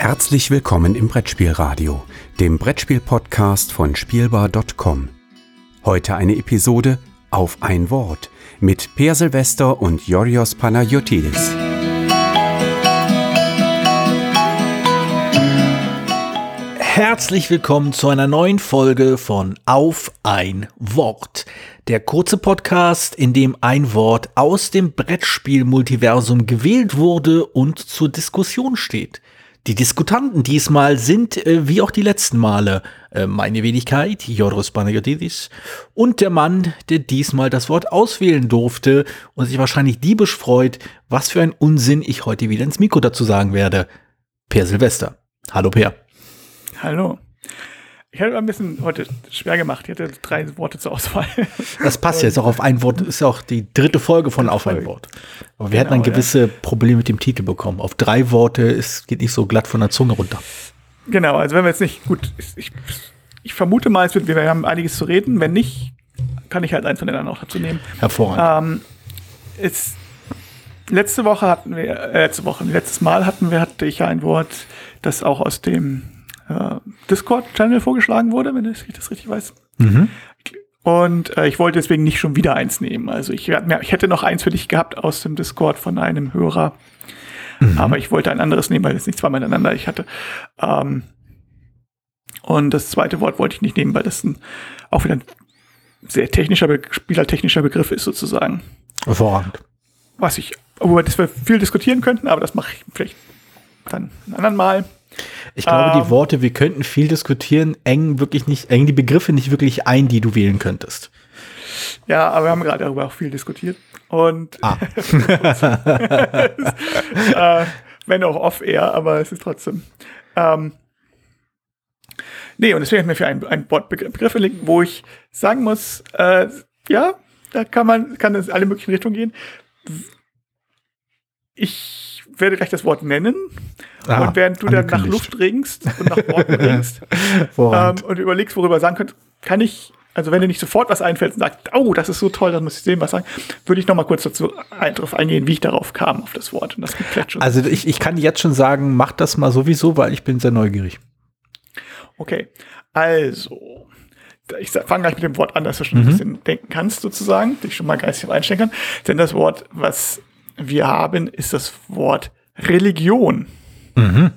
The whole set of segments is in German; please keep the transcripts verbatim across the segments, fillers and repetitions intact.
Herzlich willkommen im Brettspielradio, dem Brettspiel-Podcast von Spielbar Punkt com. Heute eine Episode Auf ein Wort mit Per Silvester und Yorios Panagiotides. Herzlich willkommen zu einer neuen Folge von Auf ein Wort. Der kurze Podcast, in dem ein Wort aus dem Brettspiel-Multiversum gewählt wurde und zur Diskussion steht. Die Diskutanten diesmal sind, äh, wie auch die letzten Male, äh, meine Wenigkeit, Yorios Panagiotides, und der Mann, der diesmal das Wort auswählen durfte und sich wahrscheinlich diebisch freut, was für ein Unsinn ich heute wieder ins Mikro dazu sagen werde. Per Silvester. Hallo Per. Hallo. Ich hatte ein bisschen heute schwer gemacht. Ich hatte drei Worte zur Auswahl. Das passt jetzt auch auf ein Wort. Ist ja auch die dritte Folge von Auf ein Wort. Aber wir genau, hatten ein gewisse ja. Probleme mit dem Titel bekommen. Auf drei Worte es geht nicht so glatt von der Zunge runter. Genau, also wenn wir jetzt nicht, gut, ich, ich vermute mal, es wird, wir haben einiges zu reden. Wenn nicht, kann ich halt eins von den anderen auch dazu nehmen. Hervorragend. Ähm, es, letzte Woche hatten wir, äh, letzte Woche, letztes Mal hatten wir, hatte ich ein Wort, das auch aus dem Discord-Channel vorgeschlagen wurde, wenn ich das richtig weiß. Mhm. Und äh, ich wollte deswegen nicht schon wieder eins nehmen. Also ich, ich hätte noch eins für dich gehabt aus dem Discord von einem Hörer. Mhm. Aber ich wollte ein anderes nehmen, weil es nicht zweimal miteinander ich hatte. Ähm, und das zweite Wort wollte ich nicht nehmen, weil das ein, auch wieder ein sehr technischer, Be- spielertechnischer Begriff ist sozusagen. Hervorragend. Was ich, über das wir viel diskutieren könnten, aber das mache ich vielleicht dann ein anderen Mal. Ich glaube, ähm, die Worte, wir könnten viel diskutieren, engen wirklich nicht, engen die Begriffe nicht wirklich ein, die du wählen könntest. Ja, aber wir haben gerade darüber auch viel diskutiert. Und ah. äh, wenn auch off-air, aber es ist trotzdem. Ähm, nee, und deswegen habe ich mir für ein, ein Wort Begriffe legen, wo ich sagen muss, äh, ja, da kann man, kann es in alle möglichen Richtungen gehen. Ich werde gleich das Wort nennen. Ah, und während du dann nach Luft ringst und nach Worten ringst ähm, und überlegst, worüber du sagen könntest, kann ich, also wenn dir nicht sofort was einfällt und sagst, oh, das ist so toll, dann muss ich sehen, was sagen, würde ich noch mal kurz dazu ein, darauf eingehen, wie ich darauf kam, auf das Wort. Und das gibt vielleicht schon. Also ich, ich kann jetzt schon sagen, mach das mal sowieso, weil ich bin sehr neugierig. Okay, also ich fange gleich mit dem Wort an, dass du schon mhm. ein bisschen denken kannst, sozusagen, dich schon mal geistig einstellen kann. Denn das Wort, was wir haben, ist das Wort Religion. Mhm.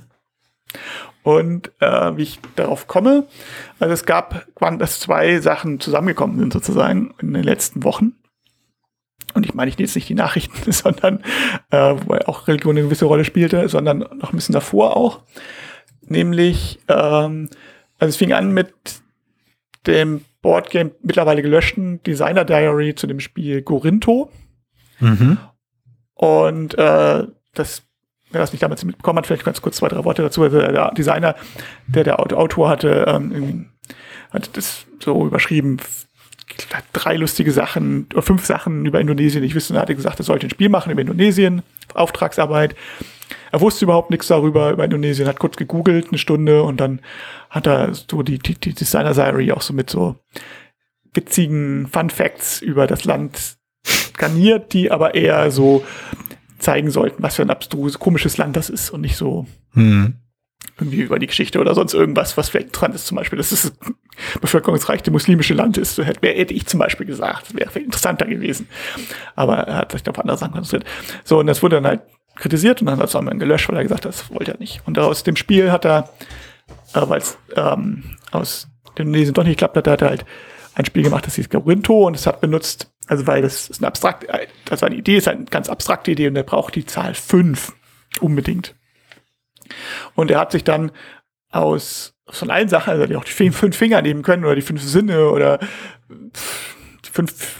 Und äh, wie ich darauf komme, also es gab, dass zwei Sachen zusammengekommen sind sozusagen in den letzten Wochen. Und ich meine, ich jetzt nicht die Nachrichten, sondern äh, wobei auch Religion eine gewisse Rolle spielte, sondern noch ein bisschen davor auch. Nämlich, ähm, also es fing an mit dem Boardgame mittlerweile gelöschten Designer Diary zu dem Spiel Gorinto. Mhm. Und äh, das wer das nicht damals mitbekommen hat, vielleicht ganz kurz zwei, drei Worte dazu. Also der Designer, der der Autor hatte, ähm, hat das so überschrieben, drei lustige Sachen oder fünf Sachen über Indonesien. Ich wüsste, er hatte gesagt, er sollte ein Spiel machen über Indonesien, Auftragsarbeit. Er wusste überhaupt nichts darüber, über Indonesien, hat kurz gegoogelt, eine Stunde, und dann hat er so die, die, die Designer Diary auch so mit so witzigen Fun Facts über das Land garniert, die aber eher so zeigen sollten, was für ein abstrus, komisches Land das ist und nicht so hm. irgendwie über die Geschichte oder sonst irgendwas, was vielleicht dran ist. Zum Beispiel, dass es das bevölkerungsreichste muslimische Land ist. So hätte, hätte ich zum Beispiel gesagt. Das wäre viel interessanter gewesen. Aber er hat sich auf andere Sachen konzentriert. So, und das wurde dann halt kritisiert und dann hat es auch mal gelöscht, weil er gesagt hat, das wollte er nicht. Und aus dem Spiel hat er, äh, weil es ähm, aus Indonesien doch nicht geklappt hat, hat er halt ein Spiel gemacht, das hieß Gorinto, und es hat benutzt, also weil das ist eine abstrakte, das war eine Idee, ist eine ganz abstrakte Idee, und er braucht die Zahl fünf unbedingt. Und er hat sich dann aus von allen Sachen, also die auch die fünf Finger nehmen können oder die fünf Sinne oder die fünf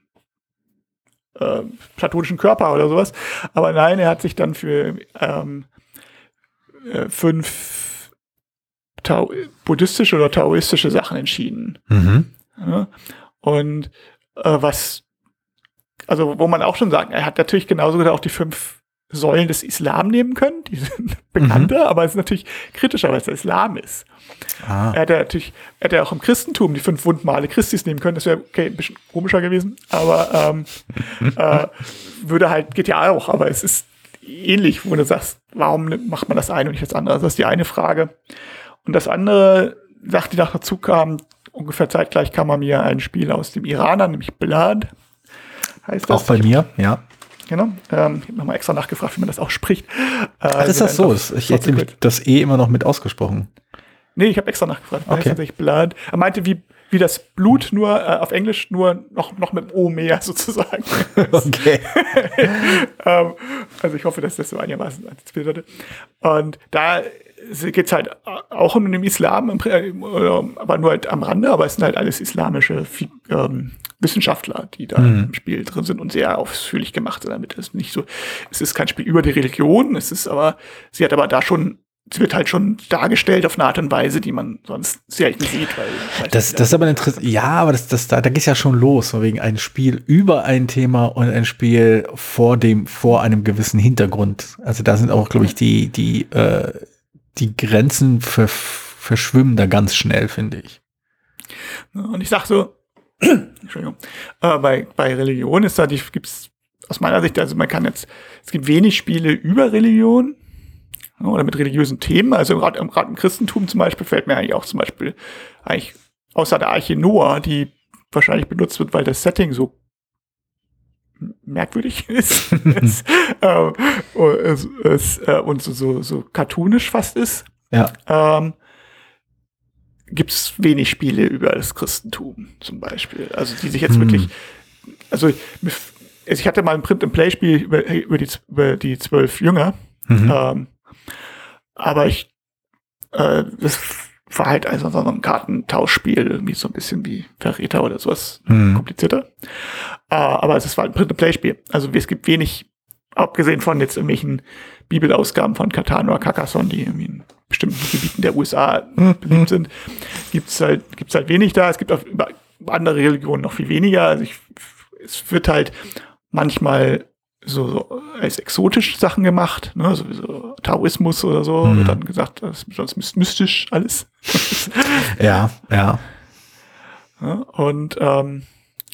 äh, platonischen Körper oder sowas. Aber nein, er hat sich dann für ähm, äh, fünf Tao- buddhistische oder taoistische Sachen entschieden. Mhm. Ja, und äh, was, also wo man auch schon sagt, er hat natürlich genauso auch die fünf Säulen des Islam nehmen können, die sind bekannter, mhm. aber es ist natürlich kritischer, weil es der Islam ist. Ah. Er hätte natürlich, er hätte auch im Christentum die fünf Wundmale Christis nehmen können, das wäre okay, ein bisschen komischer gewesen, aber ähm, äh, würde halt, geht ja auch, aber es ist ähnlich, wo du sagst, warum macht man das eine und nicht das andere? Das ist die eine Frage. Und das andere, Sache, die noch dazu kam, ungefähr zeitgleich kam bei mir ein Spiel aus dem Iran an, nämlich Blood. Heißt das. Auch bei mir, ja. Genau. Ähm, ich habe nochmal extra nachgefragt, wie man das ausspricht. Äh, Ach, ist das so? Ich hätte nämlich das E immer noch mit ausgesprochen. Nee, ich habe extra nachgefragt. Das okay. heißt tatsächlich Blood. Er meinte, wie, wie das Blut, nur äh, auf Englisch, nur noch, noch mit dem O mehr sozusagen. Okay. ähm, also ich hoffe, dass das so einigermaßen antizipiert wurde. Und da geht es halt auch um den Islam, aber nur halt am Rande, aber es sind halt alles islamische ähm, Wissenschaftler, die da mhm. im Spiel drin sind und sehr ausführlich gemacht sind, damit es nicht so, es ist kein Spiel über die Religion, es ist aber, sie hat aber da schon, es wird halt schon dargestellt auf eine Art und Weise, die man sonst selten sieht. Weil, das, das ist aber interessant. Ja, aber das, das, da, da geht es ja schon los, wegen ein Spiel über ein Thema und ein Spiel vor dem, vor einem gewissen Hintergrund. Also da sind auch, glaube ich, die, die, äh, die Grenzen ver, verschwimmen da ganz schnell, finde ich. Und ich sag so, Entschuldigung, äh, bei, bei Religion ist da, die gibt's aus meiner Sicht, also man kann jetzt, es gibt wenig Spiele über Religion oder mit religiösen Themen, also gerade im, im Christentum zum Beispiel fällt mir eigentlich auch zum Beispiel eigentlich außer der Arche Noah, die wahrscheinlich benutzt wird, weil das Setting so merkwürdig ist es, äh, es, es, äh, und so, so, so cartoonisch fast ist, ja. ähm, gibt es wenig Spiele über das Christentum zum Beispiel, also die sich jetzt hm. wirklich, also ich hatte mal ein Print-and-Play-Spiel über, über, die, über die zwölf Jünger, mhm. ähm, aber ich äh, das war halt also so ein Kartentauschspiel, irgendwie so ein bisschen wie Verräter oder sowas, mhm. komplizierter. Äh, aber es war ein Print-and-Play-Spiel. Also es gibt wenig, abgesehen von jetzt irgendwelchen Bibelausgaben von Catan oder Carcassonne, die irgendwie in bestimmten Gebieten der U S A mhm. beliebt sind, gibt's halt, gibt's halt wenig da. Es gibt auch über andere Religionen noch viel weniger. Also ich, es wird halt manchmal so, so als exotisch Sachen gemacht, ne, so, so Taoismus oder so, mhm. wird dann gesagt, das ist sonst mystisch alles. ja, ja. ja und ähm,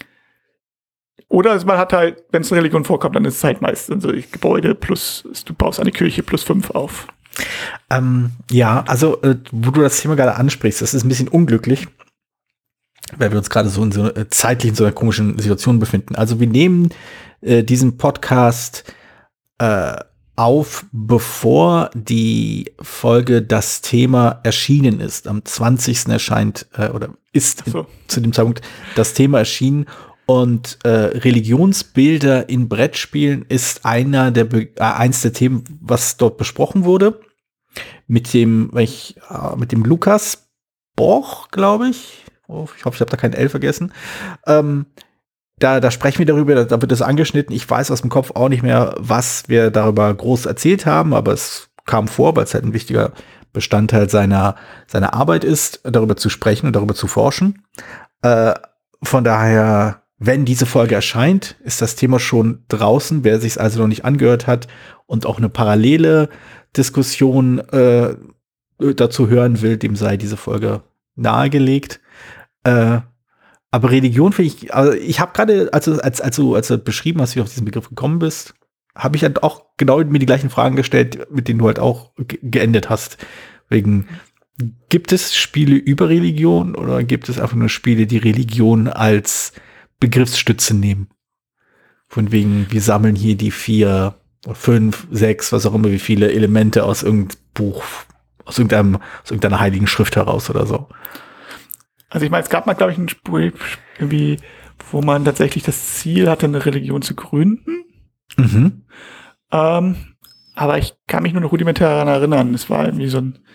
oder man hat halt, wenn es eine Religion vorkommt, dann ist es halt meistens so Gebäude plus, du baust eine Kirche plus fünf auf. Ähm, ja, also äh, wo du das Thema gerade ansprichst, das ist ein bisschen unglücklich, weil wir uns gerade so in so äh, zeitlich in so einer komischen Situation befinden. Also wir nehmen äh, diesen Podcast äh, auf, bevor die Folge Das Thema erschienen ist. Am zwanzigsten erscheint äh, oder ist so. in, zu dem Zeitpunkt das Thema erschienen. Und äh, Religionsbilder in Brettspielen ist einer der Be- äh, eins der Themen, was dort besprochen wurde. Mit dem, ich, äh, mit dem Lukas Borch, glaube ich. Oh, ich hoffe, ich habe da kein L vergessen. Ähm, da, da sprechen wir darüber, da, da wird es angeschnitten. Ich weiß aus dem Kopf auch nicht mehr, was wir darüber groß erzählt haben, aber es kam vor, weil es halt ein wichtiger Bestandteil seiner, seiner Arbeit ist, darüber zu sprechen und darüber zu forschen. Äh, von daher, wenn diese Folge erscheint, ist das Thema schon draußen. Wer sich es also noch nicht angehört hat und auch eine parallele Diskussion äh, dazu hören will, dem sei diese Folge nahegelegt. Äh, aber Religion finde ich, also ich habe gerade, als, als, als, du, als du beschrieben hast, wie du auf diesen Begriff gekommen bist, habe ich halt auch genau mir die gleichen Fragen gestellt, mit denen du halt auch ge- geendet hast. Wegen, gibt es Spiele über Religion oder gibt es einfach nur Spiele, die Religion als Begriffsstütze nehmen? Von wegen, wir sammeln hier die vier, fünf, sechs, was auch immer, wie viele Elemente aus irgendeinem Buch, aus irgendeinem, aus irgendeiner heiligen Schrift heraus oder so. Also ich meine, es gab mal, glaube ich, ein Spiel, irgendwie, wo man tatsächlich das Ziel hatte, eine Religion zu gründen. Mhm. Ähm, aber ich kann mich nur noch rudimentär daran erinnern. Es war irgendwie so ein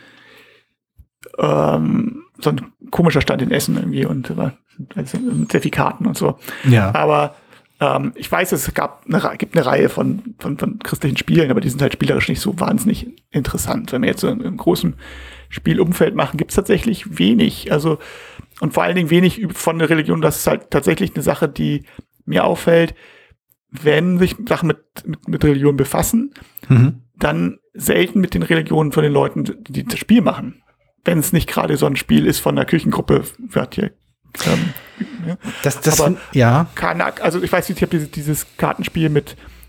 ähm, so ein komischer Stand in Essen irgendwie und war also mit Zertifikaten und so. Ja. Aber ähm, ich weiß, es gab eine, gibt eine Reihe von, von, von christlichen Spielen, aber die sind halt spielerisch nicht so wahnsinnig interessant. Wenn wir jetzt so im großen Spielumfeld machen, gibt es tatsächlich wenig. Also und vor allen Dingen wenig von der Religion. Das ist halt tatsächlich eine Sache, die mir auffällt, wenn sich Sachen mit, mit, mit Religion befassen, mhm. dann selten mit den Religionen von den Leuten, die das Spiel machen. Wenn es nicht gerade so ein Spiel ist von der Kirchengruppe, wird hier ähm, ja. Das, das, aber ja. Kanak, also ich weiß nicht, ich habe dieses, dieses Kartenspiel mit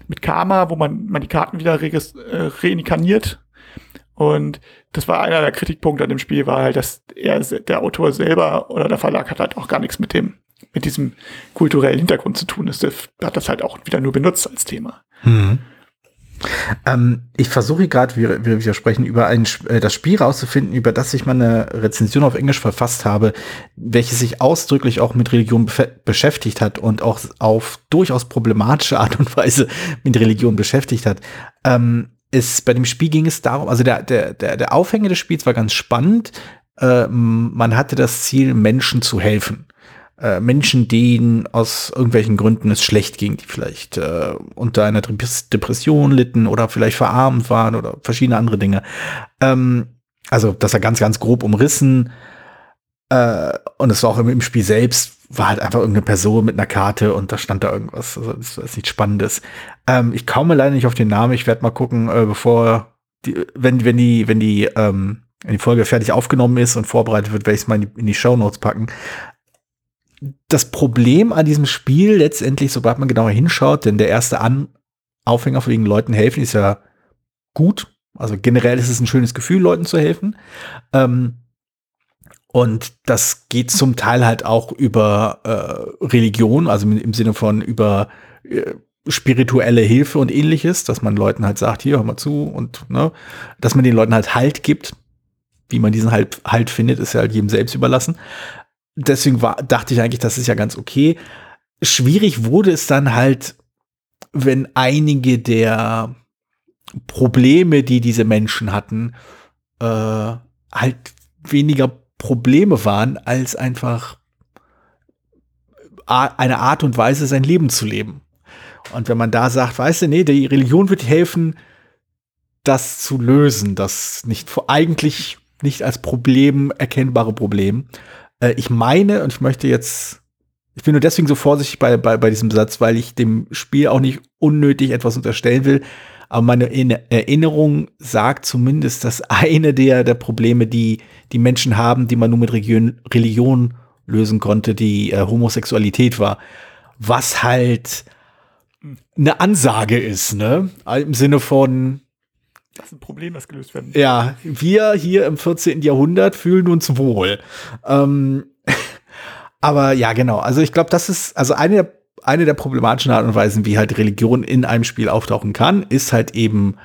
mit Karma, wo man, man die Karten wieder regis- äh, reinkarniert. Und das war einer der Kritikpunkte an dem Spiel, war halt, dass er, der Autor selber oder der Verlag hat halt auch gar nichts mit dem, mit diesem kulturellen Hintergrund zu tun. Das hat das halt auch wieder nur benutzt als Thema. Mhm. Ähm, ich versuche gerade, wir, wir, wir sprechen über ein, äh, das Spiel rauszufinden, über das ich mal eine Rezension auf Englisch verfasst habe, welches sich ausdrücklich auch mit Religion befe- beschäftigt hat und auch auf durchaus problematische Art und Weise mit Religion beschäftigt hat. Ähm, ist, bei dem Spiel ging es darum, also der, der, der, der Aufhänger des Spiels war ganz spannend. Äh, man hatte das Ziel, Menschen zu helfen. Äh, Menschen, denen aus irgendwelchen Gründen es schlecht ging, die vielleicht äh, unter einer Depression litten oder vielleicht verarmt waren oder verschiedene andere Dinge. Ähm, also das war ganz, ganz grob umrissen. Äh, und es war auch im, im Spiel selbst, war halt einfach irgendeine Person mit einer Karte und da stand da irgendwas. Also das ist nichts Spannendes. Ähm, ich komme leider nicht auf den Namen. Ich werde mal gucken, äh, bevor die, wenn, wenn die, wenn die, ähm, wenn die Folge fertig aufgenommen ist und vorbereitet wird, werde ich es mal in die, in die Shownotes packen. Das Problem an diesem Spiel letztendlich, sobald man genauer hinschaut, denn der erste An- Aufhänger wegen Leuten helfen ist ja gut. Also generell ist es ein schönes Gefühl, Leuten zu helfen. Ähm, und das geht zum Teil halt auch über äh, Religion, also im Sinne von über äh, spirituelle Hilfe und ähnliches, dass man Leuten halt sagt, hier, hör mal zu und ne, dass man den Leuten halt Halt gibt. Wie man diesen Halt, halt findet, ist ja halt jedem selbst überlassen. Deswegen war, dachte ich eigentlich, das ist ja ganz okay. Schwierig wurde es dann halt, wenn einige der Probleme, die diese Menschen hatten, äh, halt weniger Probleme waren, als einfach eine Art und Weise, sein Leben zu leben. Und wenn man da sagt, weißt du, nee, die Religion wird helfen, das zu lösen, das nicht eigentlich nicht als Problem erkennbare Problem. Äh, ich meine, und ich möchte jetzt, ich bin nur deswegen so vorsichtig bei, bei, bei diesem Satz, weil ich dem Spiel auch nicht unnötig etwas unterstellen will. Aber meine Erinnerung sagt zumindest, dass eine der, der Probleme, die die Menschen haben, die man nur mit Religion, Religion lösen konnte, die äh, Homosexualität war. Was halt eine Ansage ist, ne? Im Sinne von, das ist ein Problem, das gelöst werden. Ja, wir hier im vierzehnten Jahrhundert fühlen uns wohl. Ähm, aber ja, genau. Also ich glaube, das ist, also eine der, eine der problematischen Art und Weisen, wie halt Religion in einem Spiel auftauchen kann, ist halt eben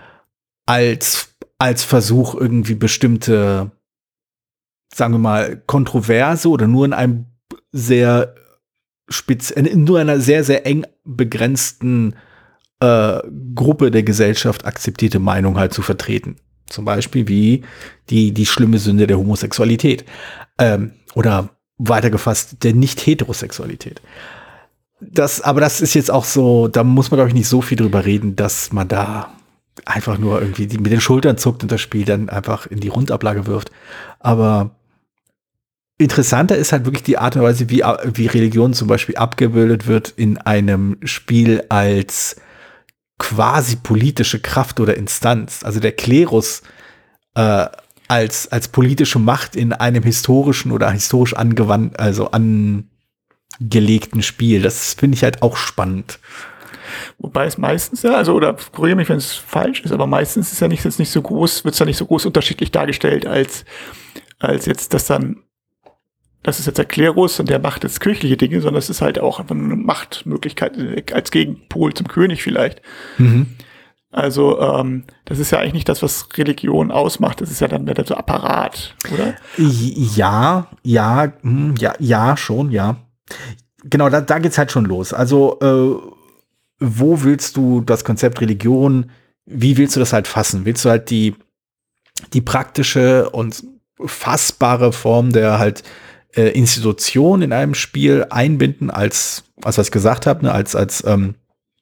als, als Versuch, irgendwie bestimmte, sagen wir mal, Kontroverse oder nur in einem sehr spitz, in nur einer sehr, sehr eng begrenzten äh, Gruppe der Gesellschaft akzeptierte Meinung halt zu vertreten. Zum Beispiel wie die, die schlimme Sünde der Homosexualität. Ähm, oder weitergefasst, der Nicht-Heterosexualität. Das, aber das ist jetzt auch so, da muss man, glaube ich, nicht so viel drüber reden, dass man da einfach nur irgendwie die, mit den Schultern zuckt und das Spiel dann einfach in die Rundablage wirft. Aber interessanter ist halt wirklich die Art und Weise, wie, wie Religion zum Beispiel abgebildet wird in einem Spiel als quasi politische Kraft oder Instanz. Also der Klerus äh, als, als politische Macht in einem historischen oder historisch angewandt, also angelegten Spiel. Das finde ich halt auch spannend. Wobei es meistens ja, also, oder korrigiere mich, wenn es falsch ist, aber meistens ist ja nicht, jetzt nicht so groß, wird es ja nicht so groß unterschiedlich dargestellt, als, als jetzt das dann, das ist jetzt der Klerus und der macht jetzt kirchliche Dinge, sondern es ist halt auch einfach eine Machtmöglichkeit als Gegenpol zum König vielleicht. Mhm. Also ähm, das ist ja eigentlich nicht das, was Religion ausmacht. Das ist ja dann mehr der so Apparat, oder? Ja, ja, ja, ja, schon, ja. Genau, da, da geht's halt schon los. Also äh, wo willst du das Konzept Religion, wie willst du das halt fassen? Willst du halt die, die praktische und fassbare Form der halt äh, Institution in einem Spiel einbinden, als, als was ich gesagt habe, ne, als, als, ähm,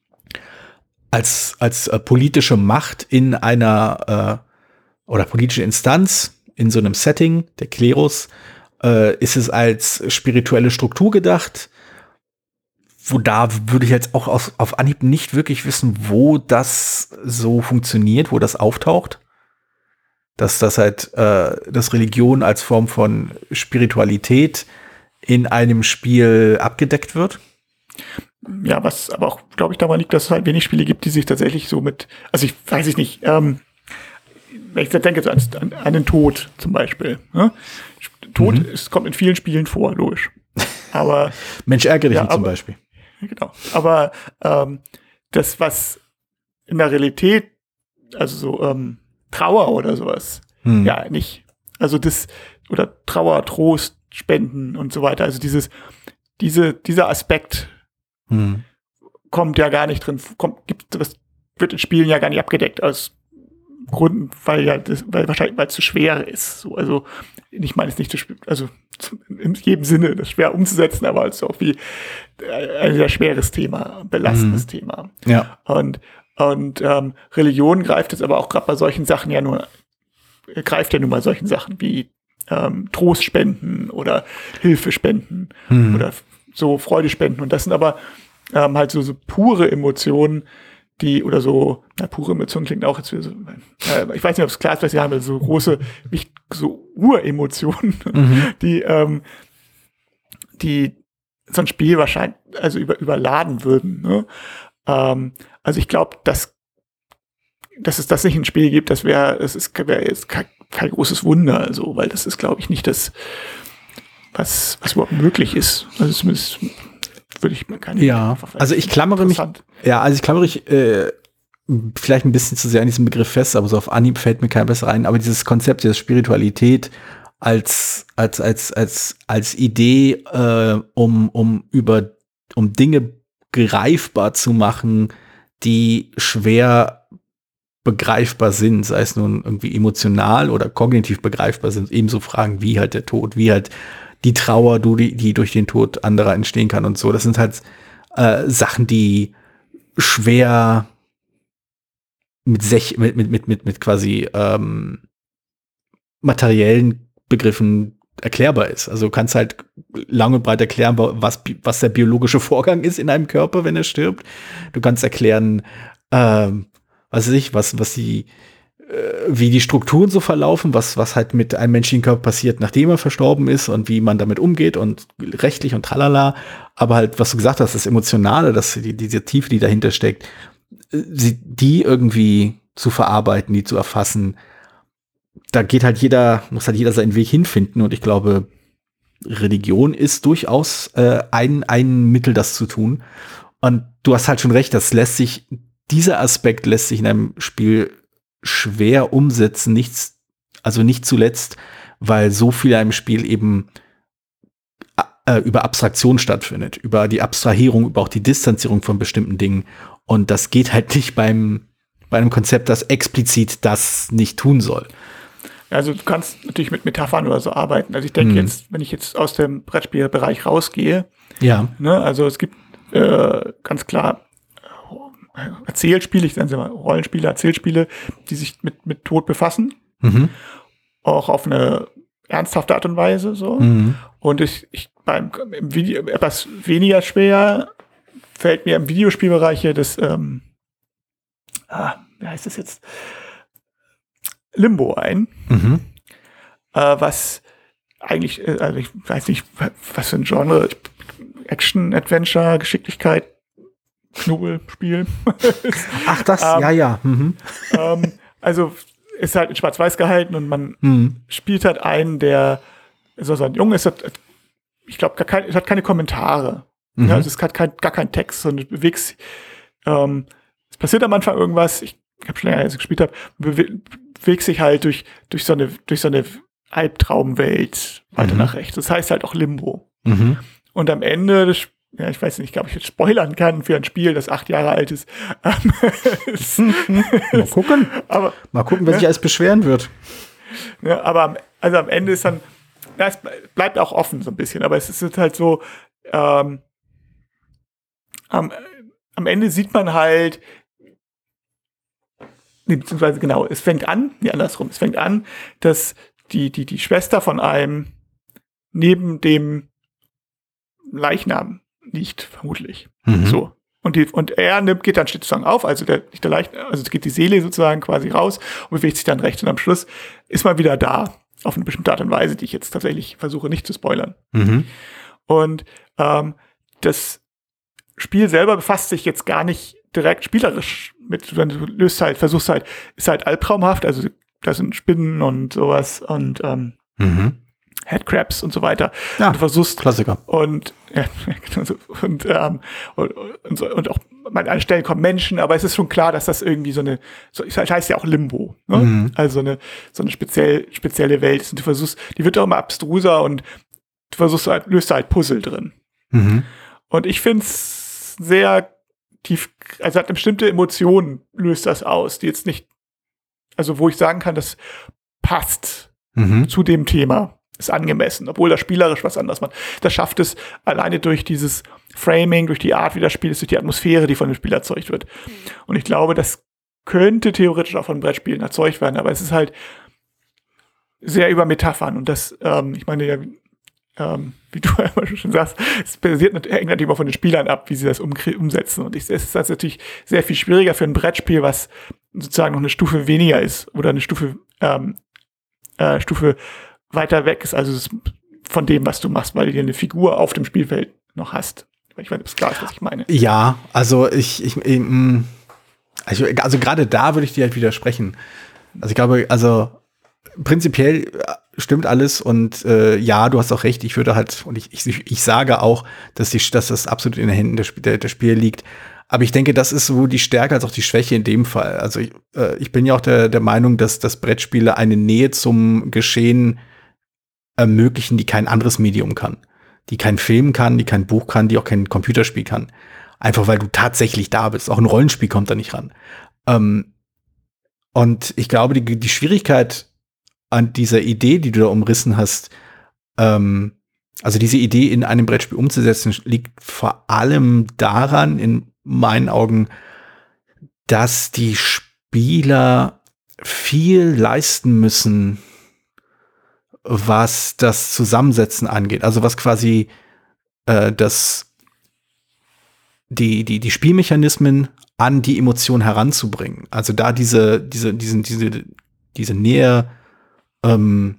als, als äh, politische Macht in einer äh, oder politische Instanz in so einem Setting, der Klerus, äh, ist es als spirituelle Struktur gedacht. Wo da würde ich jetzt auch auf, auf Anhieb nicht wirklich wissen, wo das so funktioniert, wo das auftaucht. Dass das halt, äh, dass Religion als Form von Spiritualität in einem Spiel abgedeckt wird. ja, was aber auch, glaube ich, daran liegt, dass es halt wenig Spiele gibt, die sich tatsächlich so mit, also ich weiß ich nicht, ähm, wenn ich denke so an, an, an den Tod zum Beispiel. Ne? Tod mhm. ist, kommt in vielen Spielen vor, logisch. Aber Mensch, ärgere dich ja, zum aber, Beispiel. Genau. Aber ähm, das, was in der Realität, also so ähm, Trauer oder sowas, hm. ja, nicht. Also das, oder Trauer, Trost, Spenden und so weiter. Also dieses, diese, dieser Aspekt hm. kommt ja gar nicht drin, kommt, gibt, das wird in Spielen ja gar nicht abgedeckt aus Gründen, weil ja das, weil wahrscheinlich, weil es zu schwer ist. So, also ich meine es nicht zu schwer, also in jedem Sinne, das ist schwer umzusetzen, aber es ist auch wie ein sehr schweres Thema, belastendes mhm. Thema. Ja. Und, und ähm, Religion greift jetzt aber auch gerade bei solchen Sachen ja nur, greift ja nun mal solchen Sachen wie ähm, Trost spenden oder Hilfe spenden mhm. oder so Freude spenden. Und das sind aber ähm, halt so, so pure Emotionen, die, oder so, na, pure Emotionen klingt auch jetzt wieder so, äh, ich weiß nicht, ob es klar ist, was sie haben, so große, so Uremotionen, mhm. die, ähm, die so ein Spiel wahrscheinlich, also über, überladen würden, ne? Ähm, also ich glaube, dass, dass es das nicht ein Spiel gibt, das wäre, es ist, wäre jetzt kein, kein großes Wunder, also, weil das ist, glaube ich, nicht das, was, was überhaupt möglich ist. Also zumindest würde ich mir keine. Ja, also ich klammere mich, ja, also ich klammere ich äh, vielleicht ein bisschen zu sehr an diesem Begriff fest, aber so auf Anhieb fällt mir kein besser ein. Aber dieses Konzept der Spiritualität als als als als als Idee, äh, um um über um Dinge greifbar zu machen, die schwer begreifbar sind, sei es nun irgendwie emotional oder kognitiv begreifbar sind, ebenso Fragen wie halt der Tod, wie halt die Trauer, die, die durch den Tod anderer entstehen kann und so. Das sind halt äh, Sachen, die schwer mit, sech, mit, mit, mit, mit, mit quasi ähm, materiellen Begriffen erklärbar ist. Also du kannst halt lang und breit erklären, was, was der biologische Vorgang ist in einem Körper, wenn er stirbt. Du kannst erklären, ähm, was weiß ich, was, was die, äh, wie die Strukturen so verlaufen, was, was halt mit einem menschlichen Körper passiert, nachdem er verstorben ist und wie man damit umgeht und rechtlich und tralala. Aber halt, was du gesagt hast, das Emotionale, das, die, diese Tiefe, die dahinter steckt, die irgendwie zu verarbeiten, die zu erfassen, da geht halt jeder, muss halt jeder seinen Weg hinfinden. Und ich glaube, Religion ist durchaus äh, ein, ein Mittel, das zu tun. Und du hast halt schon recht, das lässt sich, dieser Aspekt lässt sich in einem Spiel schwer umsetzen, nichts, also nicht zuletzt, weil so viel in einem Spiel eben äh, über Abstraktion stattfindet, über die Abstrahierung, über auch die Distanzierung von bestimmten Dingen. Und das geht halt nicht beim, bei einem Konzept, das explizit das nicht tun soll. Also du kannst natürlich mit Metaphern oder so arbeiten. Also ich denke mhm. jetzt, wenn ich jetzt aus dem Brettspielbereich rausgehe, ja. ne, also es gibt äh, ganz klar Erzählspiele, ich nenne sie mal Rollenspiele, Erzählspiele, die sich mit, mit Tod befassen. Mhm. Auch auf eine ernsthafte Art und Weise. So. Mhm. Und ich, ich beim im Video etwas weniger schwer fällt mir im Videospielbereich hier das, ähm, ah, wie heißt das jetzt? Limbo ein. Mhm. Äh, was eigentlich, äh, also ich weiß nicht, was für ein Genre, Action, Adventure, Geschicklichkeit, Knubbelspiel. Ach, das, ähm, ja, ja. Mhm. Ähm, also ist halt in Schwarz-Weiß gehalten und man mhm. spielt halt einen, der so, so ein Junge ist, hat, ich glaube, es hat keine Kommentare. Mhm. Ja, also es hat kein, gar keinen Text, sondern du bewegst, ähm, es passiert am Anfang irgendwas, ich, ich habe schon länger, als ich gespielt habe, bewe bewegst sich halt durch, durch so eine, durch so eine Albtraumwelt weiter mhm. nach rechts. Das heißt halt auch Limbo. Mhm. Und am Ende des Ja, ich weiß nicht, ob ich jetzt spoilern kann für ein Spiel, das acht Jahre alt ist. Mal gucken. Aber, Mal gucken, wer ja, sich alles beschweren wird. Ja, aber also am Ende ist dann, ja, es bleibt auch offen so ein bisschen, aber es ist halt so, ähm, am, am Ende sieht man halt, nee, beziehungsweise genau, es fängt an, nee, andersrum, es fängt an, dass die, die, die Schwester von einem neben dem Leichnam liegt, vermutlich. Mhm. So. Und, die, und er nimmt, geht dann sozusagen auf, also der, nicht der Leichnam, also geht die Seele sozusagen quasi raus und bewegt sich dann rechts und am Schluss ist man wieder da, auf eine bestimmte Art und Weise, die ich jetzt tatsächlich versuche nicht zu spoilern. Mhm. Und ähm, das Spiel selber befasst sich jetzt gar nicht direkt spielerisch mit, du löst halt, versuchst halt, ist halt albtraumhaft, also da sind Spinnen und sowas und ähm, mhm. Headcrabs und so weiter. Ja, und du versuchst, Klassiker. Und, ja, genau so, und, ähm, und, und, so, und auch an einer Stelle kommen Menschen, aber es ist schon klar, dass das irgendwie so eine, so, das heißt ja auch Limbo, ne? Mhm. Also eine, so eine speziell, spezielle Welt ist. Und du versuchst, die wird auch immer abstruser und du versuchst halt, löst da halt Puzzle drin. Mhm. Und ich finde es sehr tief, also hat eine bestimmte Emotion, löst das aus, die jetzt nicht, also wo ich sagen kann, das passt mhm. zu dem Thema, ist angemessen, obwohl das spielerisch was anderes macht. Das schafft es alleine durch dieses Framing, durch die Art, wie das Spiel ist, durch die Atmosphäre, die von dem Spiel erzeugt wird. Mhm. Und ich glaube, das könnte theoretisch auch von Brettspielen erzeugt werden, aber es ist halt sehr über Metaphern und das, ähm, ich meine ja, ähm, wie du immer schon sagst, es basiert hängt natürlich immer von den Spielern ab, wie sie das um, umsetzen. Und ich, es ist das natürlich sehr viel schwieriger für ein Brettspiel, was sozusagen noch eine Stufe weniger ist oder eine Stufe ähm, äh, Stufe weiter weg ist, also von dem, was du machst, weil du dir eine Figur auf dem Spielfeld noch hast. Ich weiß nicht, ob es klar ist, was ich meine. Ja, also ich, ich, ich also, also gerade da würde ich dir halt widersprechen. Also ich glaube, also prinzipiell stimmt alles und äh, ja, du hast auch recht, ich würde halt, und ich, ich, ich sage auch, dass, die, dass das absolut in den Händen der, der, der Spieler liegt. Aber ich denke, das ist sowohl die Stärke als auch die Schwäche in dem Fall. Also ich, äh, ich bin ja auch der, der Meinung, dass, dass Brettspiele eine Nähe zum Geschehen ermöglichen, die kein anderes Medium kann. Die kein Film kann, die kein Buch kann, die auch kein Computerspiel kann. Einfach weil du tatsächlich da bist. Auch ein Rollenspiel kommt da nicht ran. Ähm, und ich glaube, die, die Schwierigkeit an dieser Idee, die du da umrissen hast, ähm, also diese Idee in einem Brettspiel umzusetzen, liegt vor allem daran, in meinen Augen, dass die Spieler viel leisten müssen, was das Zusammensetzen angeht. Also was quasi äh, das die, die, die Spielmechanismen an die Emotion heranzubringen. Also da diese, diese, diesen, diese, diese Nähe, ähm,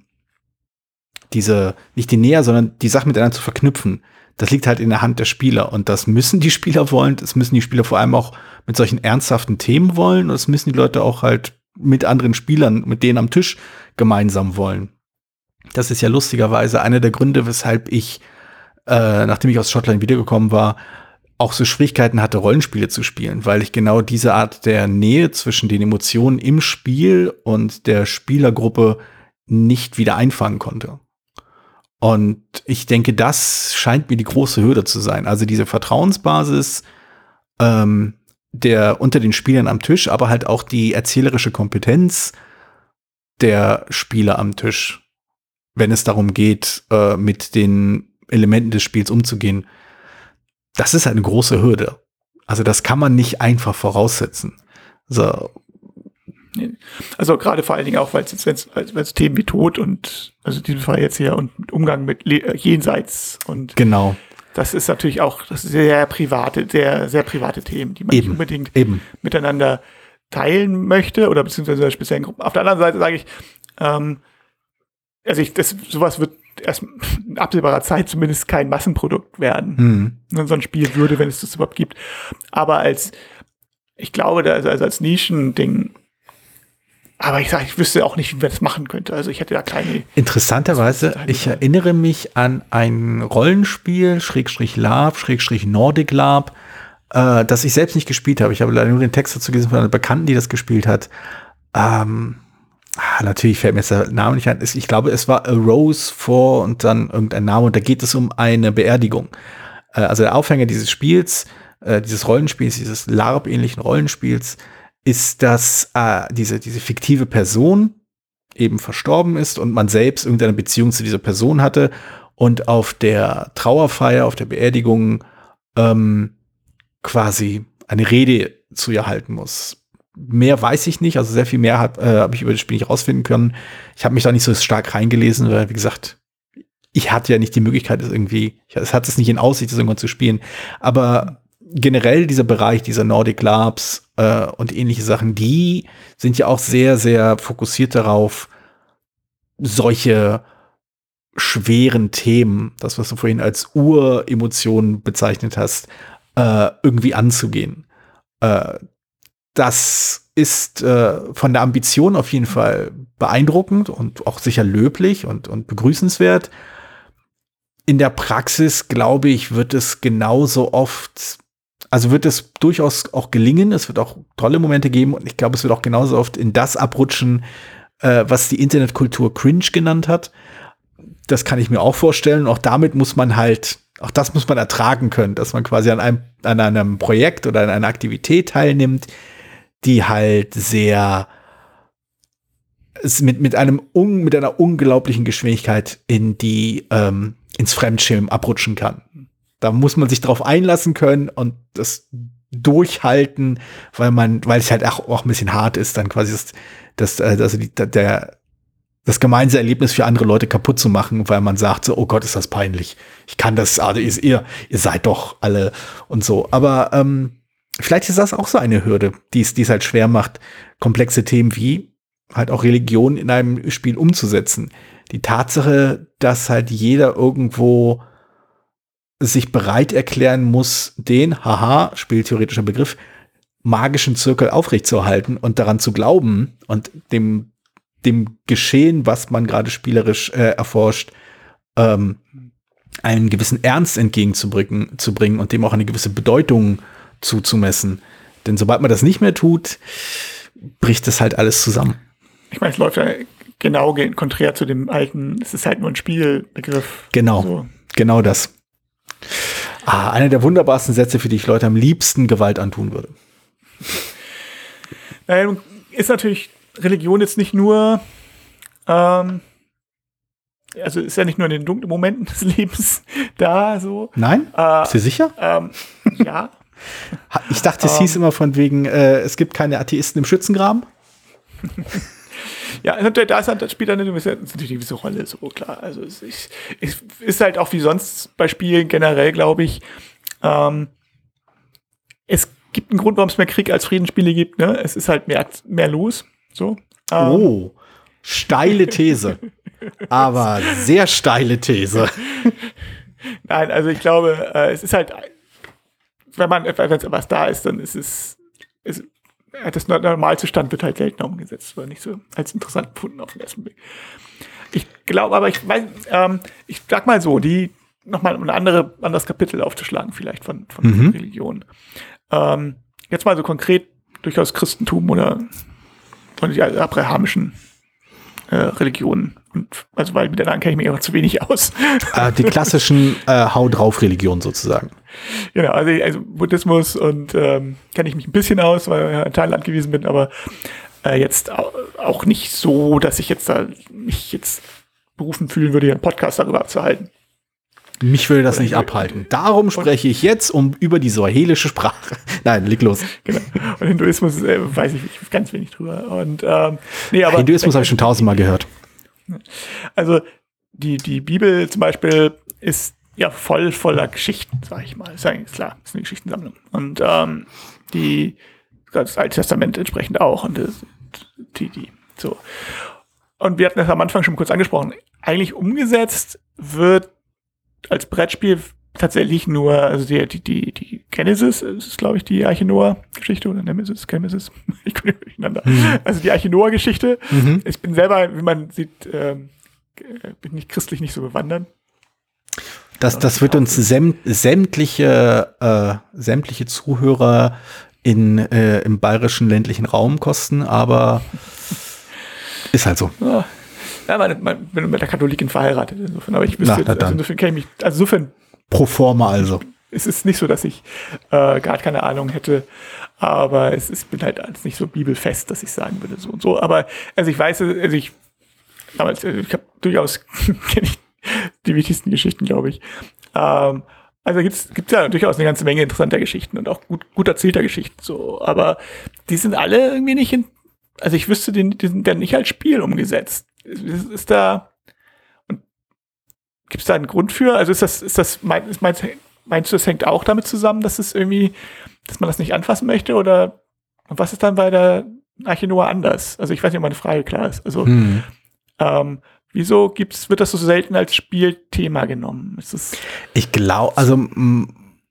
diese, nicht die Nähe, sondern die Sachen miteinander zu verknüpfen. Das liegt halt in der Hand der Spieler. Und das müssen die Spieler wollen. Das müssen die Spieler vor allem auch mit solchen ernsthaften Themen wollen. Und das müssen die Leute auch halt mit anderen Spielern, mit denen am Tisch gemeinsam wollen. Das ist ja lustigerweise einer der Gründe, weshalb ich, äh, nachdem ich aus Schottland wiedergekommen war, auch so Schwierigkeiten hatte, Rollenspiele zu spielen, weil ich genau diese Art der Nähe zwischen den Emotionen im Spiel und der Spielergruppe nicht wieder einfangen konnte. Und ich denke, das scheint mir die große Hürde zu sein. Also diese Vertrauensbasis ähm, der unter den Spielern am Tisch, aber halt auch die erzählerische Kompetenz der Spieler am Tisch, wenn es darum geht, äh, mit den Elementen des Spiels umzugehen. Das ist eine große Hürde. Also das kann man nicht einfach voraussetzen. So. Also gerade vor allen Dingen auch, weil es wenn es Themen wie Tod und also in diesem Fall jetzt hier und Umgang mit Le- Jenseits und genau. Das ist natürlich auch das sehr private, sehr sehr private Themen, die man eben, nicht unbedingt eben. miteinander teilen möchte oder beziehungsweise in speziellen Gruppen. Auf der anderen Seite sage ich, ähm, also ich, das sowas wird erst in absehbarer Zeit zumindest kein Massenprodukt werden. Mhm. So ein Spiel würde, wenn es das überhaupt gibt. Aber als, ich glaube, da, also als Nischending, aber ich sage, ich wüsste auch nicht, wie man das machen könnte. Also ich hätte da keine. Interessanterweise, ich erinnere mich an ein Rollenspiel, Schrägstrich Lab, Schrägstrich Nordic Lab, äh, das ich selbst nicht gespielt habe. Ich habe leider nur den Text dazu gelesen von einer Bekannten, die das gespielt hat. Ähm, Ah, natürlich fällt mir jetzt der Name nicht ein. Ich glaube, es war A Rose vor und dann irgendein Name. Und da geht es um eine Beerdigung. Also der Aufhänger dieses Spiels, dieses Rollenspiels, dieses LARP-ähnlichen Rollenspiels, ist, dass äh, diese, diese fiktive Person eben verstorben ist und man selbst irgendeine Beziehung zu dieser Person hatte und auf der Trauerfeier, auf der Beerdigung ähm, quasi eine Rede zu ihr halten muss. Mehr weiß ich nicht, also sehr viel mehr habe äh, hab ich über das Spiel nicht rausfinden können. Ich habe mich da nicht so stark reingelesen, weil, wie gesagt, ich hatte ja nicht die Möglichkeit, es irgendwie, es hat es nicht in Aussicht, das irgendwann zu spielen. Aber generell dieser Bereich, dieser Nordic Labs äh, und ähnliche Sachen, die sind ja auch sehr, sehr fokussiert darauf, solche schweren Themen, das, was du vorhin als Uremotionen bezeichnet hast, äh, irgendwie anzugehen. Äh, das ist äh, von der Ambition auf jeden Fall beeindruckend und auch sicher löblich und, und begrüßenswert. In der Praxis, glaube ich, wird es genauso oft, also wird es durchaus auch gelingen. Es wird auch tolle Momente geben und ich glaube, es wird auch genauso oft in das abrutschen, äh, was die Internetkultur Cringe genannt hat. Das kann ich mir auch vorstellen. Auch damit muss man halt, auch das muss man ertragen können, dass man quasi an einem, an einem Projekt oder an einer Aktivität teilnimmt, die halt sehr es mit, mit einem un, mit einer unglaublichen Geschwindigkeit in die ähm, ins Fremdschämen abrutschen kann. Da muss man sich drauf einlassen können und das durchhalten, weil man, weil es halt auch, auch ein bisschen hart ist, dann quasi das, das also die, der das gemeinsame Erlebnis für andere Leute kaputt zu machen, weil man sagt so, oh Gott, ist das peinlich. Ich kann das, also ihr, ihr seid doch alle und so. Aber ähm, vielleicht ist das auch so eine Hürde, die es, die es halt schwer macht, komplexe Themen wie halt auch Religion in einem Spiel umzusetzen. Die Tatsache, dass halt jeder irgendwo sich bereit erklären muss, den, haha, spieltheoretischer Begriff, magischen Zirkel aufrechtzuerhalten und daran zu glauben und dem dem Geschehen, was man gerade spielerisch äh, erforscht, ähm, einen gewissen Ernst entgegenzubringen zu bringen und dem auch eine gewisse Bedeutung zuzumessen. Denn sobald man das nicht mehr tut, bricht das halt alles zusammen. Ich meine, es läuft ja genau konträr zu dem alten, es ist halt nur ein Spielbegriff. Genau, so. Genau das. Ah, einer der wunderbarsten Sätze, für die ich Leute am liebsten Gewalt antun würde. Naja, ist natürlich Religion jetzt nicht nur, ähm, also ist ja nicht nur in den dunklen Momenten des Lebens da, so. Nein? Äh, Bist du sicher? Ähm, ja. Ich dachte, es um, hieß immer von wegen, äh, es gibt keine Atheisten im Schützengraben. Ja, da ist halt, das spielt dann eine gewisse, eine gewisse Rolle, so klar. Also es ist, es ist halt auch wie sonst bei Spielen generell, glaube ich, ähm, es gibt einen Grund, warum es mehr Krieg als Friedensspiele gibt, ne? Es ist halt mehr, mehr los. So. Ähm. Oh, steile These. Aber sehr steile These. Nein, also ich glaube, äh, es ist halt, wenn man wenn was da ist, dann ist es, ist, das Normalzustand wird halt seltener umgesetzt, oder nicht so als interessant empfunden auf den ersten Blick. Ich glaube, aber ich weiß, ähm, ich sag mal so, die nochmal ein andere, anderes Kapitel aufzuschlagen, vielleicht von, von mhm. Religion. Ähm, jetzt mal so konkret durchaus Christentum oder von die abrahamischen äh, Religionen. Und, also, weil mit der kenne ich mich einfach zu wenig aus. Äh, die klassischen äh, Hau drauf Religionen sozusagen. Genau, also, also Buddhismus und ähm, kenne ich mich ein bisschen aus, weil ich in Thailand gewesen bin, aber äh, jetzt auch nicht so, dass ich jetzt da mich jetzt berufen fühlen würde, einen Podcast darüber abzuhalten. Mich würde das nicht abhalten. Darum spreche ich jetzt um über die suahelische Sprache. Nein, leg los. Genau. Und Hinduismus äh, weiß ich ganz wenig drüber. Und, ähm, nee, aber Hinduismus habe ich schon tausendmal gehört. Also die, die Bibel zum Beispiel ist ja voll voller Geschichten, sag ich mal. Ist eigentlich klar, ist eine Geschichtensammlung. Und ähm, die, das Alte Testament entsprechend auch. Und das, die, die, so. Und wir hatten das am Anfang schon kurz angesprochen. Eigentlich umgesetzt wird als Brettspiel tatsächlich nur, also die, die, die, die Genesis ist, glaube ich, die Arche Noah-Geschichte oder Nemesis, Genesis, ich komme durcheinander. Mhm. Also die Arche Noah-Geschichte. Mhm. Ich bin selber, wie man sieht, ähm, bin nicht christlich nicht so bewandert. Das, das wird uns säm, sämtliche, äh, sämtliche Zuhörer in, äh, im bayerischen ländlichen Raum kosten, aber ist halt so. Ja. Ja, meine, meine, bin mit der Katholikin verheiratet, insofern, aber ich wüsste, na, na also insofern kenne ich mich, also insofern. Pro forma also. Es ist nicht so, dass ich äh, gar keine Ahnung hätte, aber es ist, bin halt alles nicht so bibelfest, dass ich sagen würde, so und so. Aber, also ich weiß, also ich, damals, also ich habe durchaus, kenne ich die wichtigsten Geschichten, glaube ich. Ähm, also gibt's gibt's ja durchaus eine ganze Menge interessanter Geschichten und auch gut, gut erzählter Geschichten, so. Aber die sind alle irgendwie nicht in, also ich wüsste, die, die sind ja nicht als Spiel umgesetzt. Ist, ist da, und gibt es da einen Grund für? Also ist das, ist das, meinst, meinst, meinst du, das hängt auch damit zusammen, dass es irgendwie, dass man das nicht anfassen möchte? Oder was ist dann bei der Arche Noah anders? Also ich weiß nicht, ob meine Frage klar ist. Also, hm. ähm, wieso gibt's, wird das so selten als Spielthema genommen? Ist das ich glaube, also m-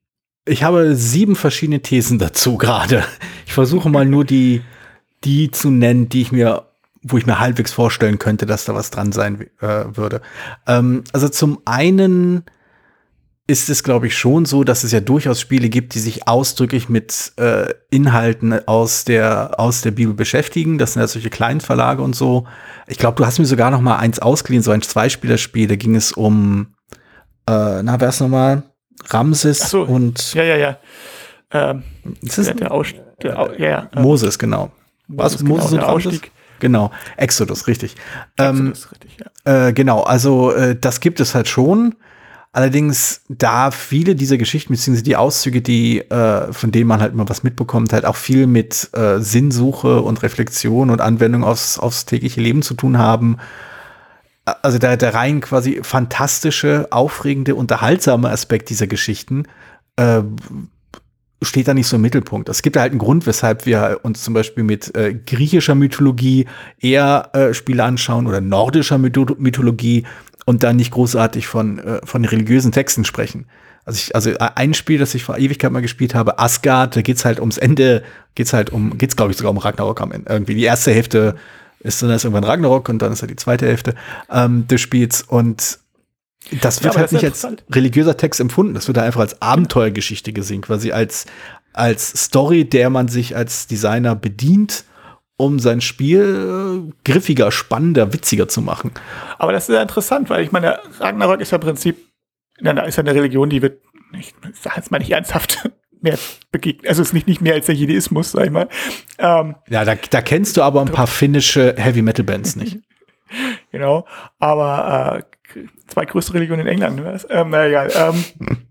ich habe sieben verschiedene Thesen dazu gerade. Ich versuche mal nur die, die zu nennen, die ich mir, wo ich mir halbwegs vorstellen könnte, dass da was dran sein äh, würde. Ähm, also zum einen ist es, glaube ich, schon so, dass es ja durchaus Spiele gibt, die sich ausdrücklich mit äh, Inhalten aus der, aus der Bibel beschäftigen. Das sind ja solche kleinen Verlage und so. Ich glaube, du hast mir sogar noch mal eins ausgeliehen, so ein Zweispielerspiel. Da ging es um, äh, na, wer ist nochmal? Ramses Ach so, und ja, ja, ja. Ähm, ist das der, der Aus, der, Au- ja, ja, ähm, Moses, genau. Was? Moses, Moses genau, und der Ramses? Ausstieg. Genau, Exodus, richtig. Exodus, Ähm, richtig, ja. äh, genau, also äh, das gibt es halt schon. Allerdings, da viele dieser Geschichten, beziehungsweise die Auszüge, die, äh, von denen man halt immer was mitbekommt, halt auch viel mit äh, Sinnsuche und Reflexion und Anwendung aufs, aufs tägliche Leben zu tun haben. Also der, der rein quasi fantastische, aufregende, unterhaltsame Aspekt dieser Geschichten äh, steht da nicht so im Mittelpunkt. Es gibt halt einen Grund, weshalb wir uns zum Beispiel mit äh, griechischer Mythologie eher äh, Spiele anschauen oder nordischer Mytho- Mythologie und dann nicht großartig von, äh, von religiösen Texten sprechen. Also, ich, also ein Spiel, das ich vor Ewigkeit mal gespielt habe, Asgard, da geht's halt ums Ende, geht's halt um, geht's glaube ich sogar um Ragnarok am Ende. Irgendwie die erste Hälfte ist dann ist irgendwann Ragnarok und dann ist halt die zweite Hälfte ähm, des Spiels und das wird Ja, halt das nicht als religiöser Text empfunden, das wird halt einfach als Abenteuergeschichte gesehen, quasi als, als Story, der man sich als Designer bedient, um sein Spiel äh, griffiger, spannender, witziger zu machen. Aber das ist ja interessant, weil ich meine, Ragnarok ist ja im Prinzip, na, da ist ja eine Religion, die wird, ich sage jetzt mal nicht ernsthaft, mehr begegnet. Also es ist nicht, nicht mehr als der Judaismus, sag ich mal. Ähm, ja, da, da kennst du aber ein paar finnische Heavy-Metal-Bands nicht. Genau, aber äh, zwei größte Religionen in England, was? Ähm, na egal. Ähm,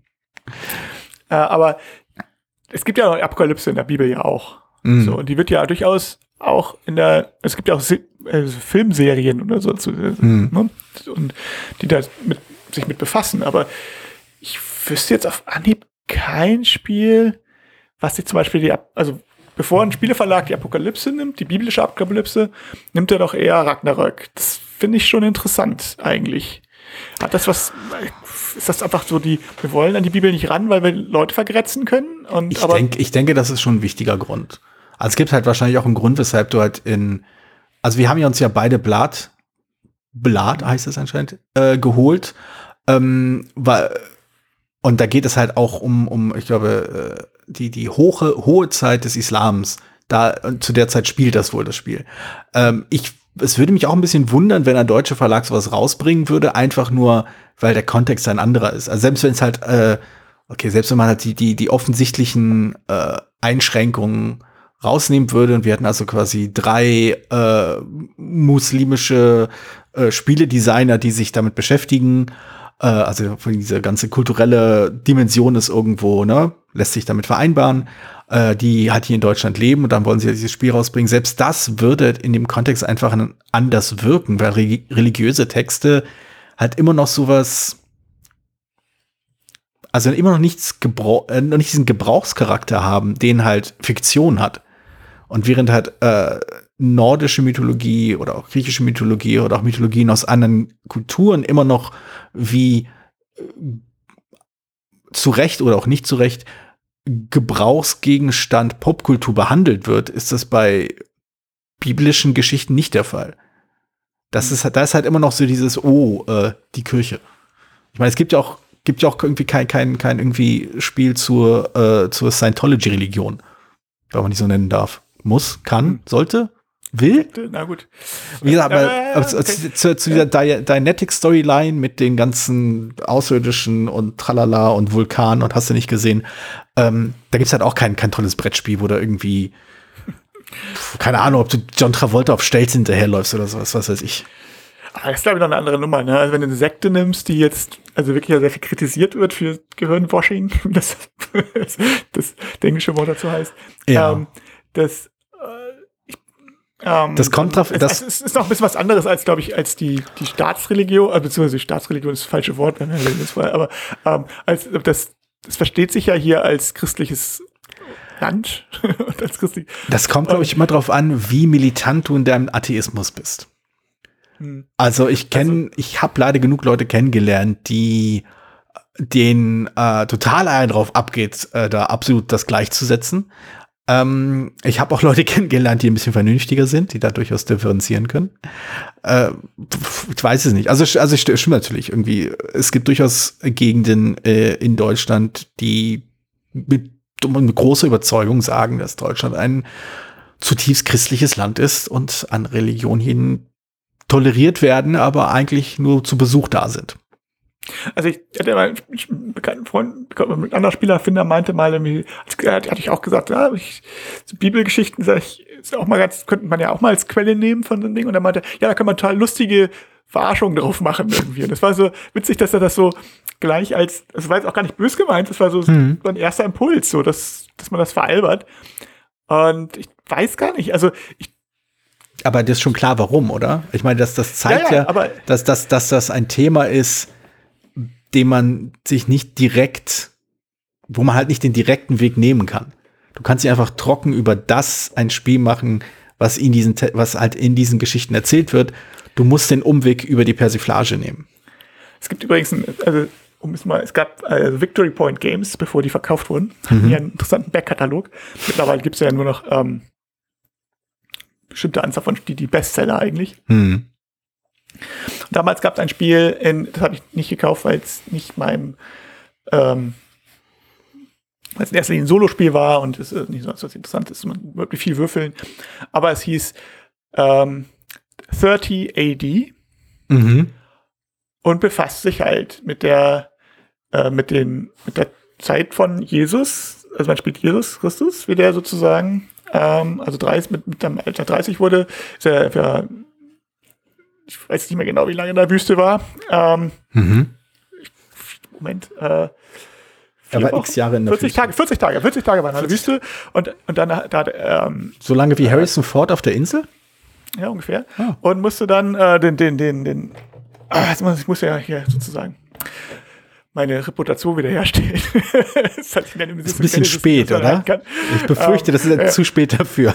äh, aber es gibt ja noch Apokalypse in der Bibel ja auch. Mm. So, und die wird ja durchaus auch in der, es gibt ja auch Si- äh, Filmserien oder so, zu, Mm. ne? Und die da mit, sich mit befassen. Aber ich wüsste jetzt auf Anhieb kein Spiel, was sich zum Beispiel die, also bevor ein Spieleverlag die Apokalypse nimmt, die biblische Apokalypse, nimmt er doch eher Ragnarök. Das finde ich schon interessant eigentlich. Hat das was, ist das einfach so die, wir wollen an die Bibel nicht ran, weil wir Leute vergrätzen können? Und, Ich, aber denk, ich denke, das ist schon ein wichtiger Grund. Also es gibt halt wahrscheinlich auch einen Grund, weshalb du halt in, also wir haben ja uns ja beide Blatt, Blatt heißt es anscheinend, äh, geholt, ähm, weil, und da geht es halt auch um, um, ich glaube, äh, die, die hohe, hohe Zeit des Islams. Da, zu der Zeit spielt das wohl das Spiel. Ähm, ich, es würde mich auch ein bisschen wundern, wenn ein deutscher Verlag sowas rausbringen würde, einfach nur, weil der Kontext ein anderer ist. Also selbst wenn es halt, äh, okay, selbst wenn man halt die, die, die offensichtlichen äh, Einschränkungen rausnehmen würde und wir hätten also quasi drei äh, muslimische äh, Spieledesigner, die sich damit beschäftigen, äh, also diese ganze kulturelle Dimension ist irgendwo, ne, lässt sich damit vereinbaren, äh, die halt hier in Deutschland leben und dann wollen sie dieses Spiel rausbringen. Selbst das würde in dem Kontext einfach anders wirken, weil re- religiöse Texte halt immer noch sowas, also immer noch nichts Gebrauch, äh, noch nicht diesen Gebrauchscharakter haben, den halt Fiktion hat. Und während halt äh, nordische Mythologie oder auch griechische Mythologie oder auch Mythologien aus anderen Kulturen immer noch wie äh, zu Recht oder auch nicht zu Recht Gebrauchsgegenstand Popkultur behandelt wird, ist das bei biblischen Geschichten nicht der Fall. Das ist, da ist halt immer noch so dieses, oh, äh, die Kirche. Ich meine, es gibt ja auch, gibt ja auch irgendwie kein, kein, kein irgendwie Spiel zur, äh, zur Scientology-Religion, wenn man die so nennen darf. Muss, kann, sollte, will. na gut. Wie gesagt, aber Äh, aber zu, okay. zu, zu dieser Di- Dianetic-Storyline mit den ganzen Außerirdischen und Tralala und Vulkan und hast du nicht gesehen, ähm, da gibt's halt auch kein, kein tolles Brettspiel, wo da irgendwie, pf, keine Ahnung, ob du John Travolta auf Stelz hinterherläufst oder sowas, was weiß ich. Aber das ist, glaube ich, noch eine andere Nummer. Ne? Also wenn du eine Sekte nimmst, die jetzt also wirklich sehr viel kritisiert wird für Gehirnwashing, das, das, das englische Wort dazu heißt, Ja. ähm, das äh, ich, ähm, Das kommt drauf- es, das- es ist noch ein bisschen was anderes als, glaube ich, als die, die Staatsreligion, also beziehungsweise die Staatsreligion ist das falsche Wort, wenn man das war, aber ähm, als das, das versteht sich ja hier als christliches Land und als christlich. Das kommt, glaube ich, immer drauf an, wie militant du in deinem Atheismus bist. Hm. Also ich kenne, ich habe leider genug Leute kennengelernt, die den äh, total einen drauf abgeht, äh, da absolut das gleichzusetzen. Ähm, ich habe auch Leute kennengelernt, die ein bisschen vernünftiger sind, die da durchaus differenzieren können. Äh, ich weiß es nicht. Also, also stimmt natürlich irgendwie. Es gibt durchaus Gegenden äh, in Deutschland, die mit, mit großer Überzeugung sagen, dass Deutschland ein zutiefst christliches Land ist und an Religion hin toleriert werden, aber eigentlich nur zu Besuch da sind. Also ich hatte mal einen bekannten Freund, mit anderer Spielerfinder meinte mal, irgendwie, hatte ich auch gesagt, ja, ich, so Bibelgeschichten, sag ich, ist auch mal ganz, könnte man ja auch mal als Quelle nehmen von so einem Ding. Und er meinte, ja, da kann man total lustige Verarschungen drauf machen irgendwie. Und das war so witzig, dass er das so gleich als, das war jetzt auch gar nicht böse gemeint, das war so mhm. ein erster Impuls, so, dass, dass man das veralbert. Und ich weiß gar nicht, also ich Aber das ist schon klar, warum, oder? Ich meine, das, das zeigt ja, ja, ja dass, dass, dass das ein Thema ist, dem man sich nicht direkt, wo man halt nicht den direkten Weg nehmen kann. Du kannst dich einfach trocken über das ein Spiel machen, was in diesen, was halt in diesen Geschichten erzählt wird. Du musst den Umweg über die Persiflage nehmen. Es gibt übrigens, ein, also um es mal, es gab äh, Victory Point Games, bevor die verkauft wurden, hatten mhm. einen interessanten Backkatalog. Mittlerweile gibt es ja nur noch ähm, bestimmte Anzahl von die, die Bestseller eigentlich. Mhm. Damals gab es ein Spiel, in, das habe ich nicht gekauft, weil es nicht meinem, ähm, weil es in erster Linie ein Solospiel war und es ist nicht so was interessant ist, man wirklich viel würfeln. Aber es hieß ähm, dreißig A D mhm. und befasst sich halt mit der, äh, mit den, mit der Zeit von Jesus. Also man spielt Jesus Christus, wie der sozusagen, ähm, also dreißig, mit, mit dem Alter dreißig wurde, ist er für ich weiß nicht mehr genau, wie lange in der Wüste war. Ähm, mhm. Moment. Äh, er war x Jahre in der vierzig Tage, vierzig Tage, vierzig Tage waren in der Wüste. Und, und dann da, ähm, so lange wie Harrison äh, Ford auf der Insel? Ja, ungefähr. Ah. Und musste dann äh, den, den, den, den, ah, ich muss ja hier sozusagen meine Reputation wiederherstellen. Das hat ein bisschen spät, oder? Ich befürchte, das ist ja zu spät dafür.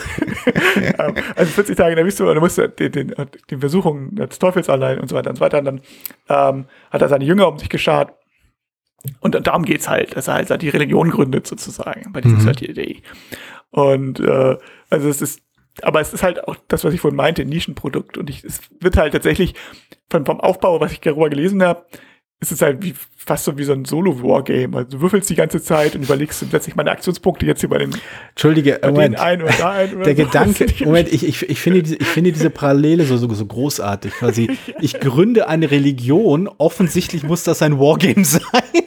Also vierzig Tage in der Wüste, und er musste den, den, den Versuchungen des Teufels allein und so weiter und so weiter. Und dann ähm, hat er seine Jünger um sich geschart. Und darum geht's halt, dass er halt die Religion gründet sozusagen bei diesem mhm. dreißig A D. Und äh, also es ist, aber es ist halt auch das, was ich vorhin meinte, ein Nischenprodukt. Und ich, es wird halt tatsächlich vom, vom Aufbau, was ich darüber gelesen habe, ist es halt wie, fast so wie so ein Solo-Wargame. Also du würfelst die ganze Zeit und überlegst, setze ich meine Aktionspunkte jetzt hier bei den Entschuldige, bei Moment. den ein oder da ein oder Der so. Gedanke, Moment, ich, ich, ich, finde diese, ich finde diese Parallele so, so, so großartig. Quasi, ich gründe eine Religion, offensichtlich muss das ein Wargame sein.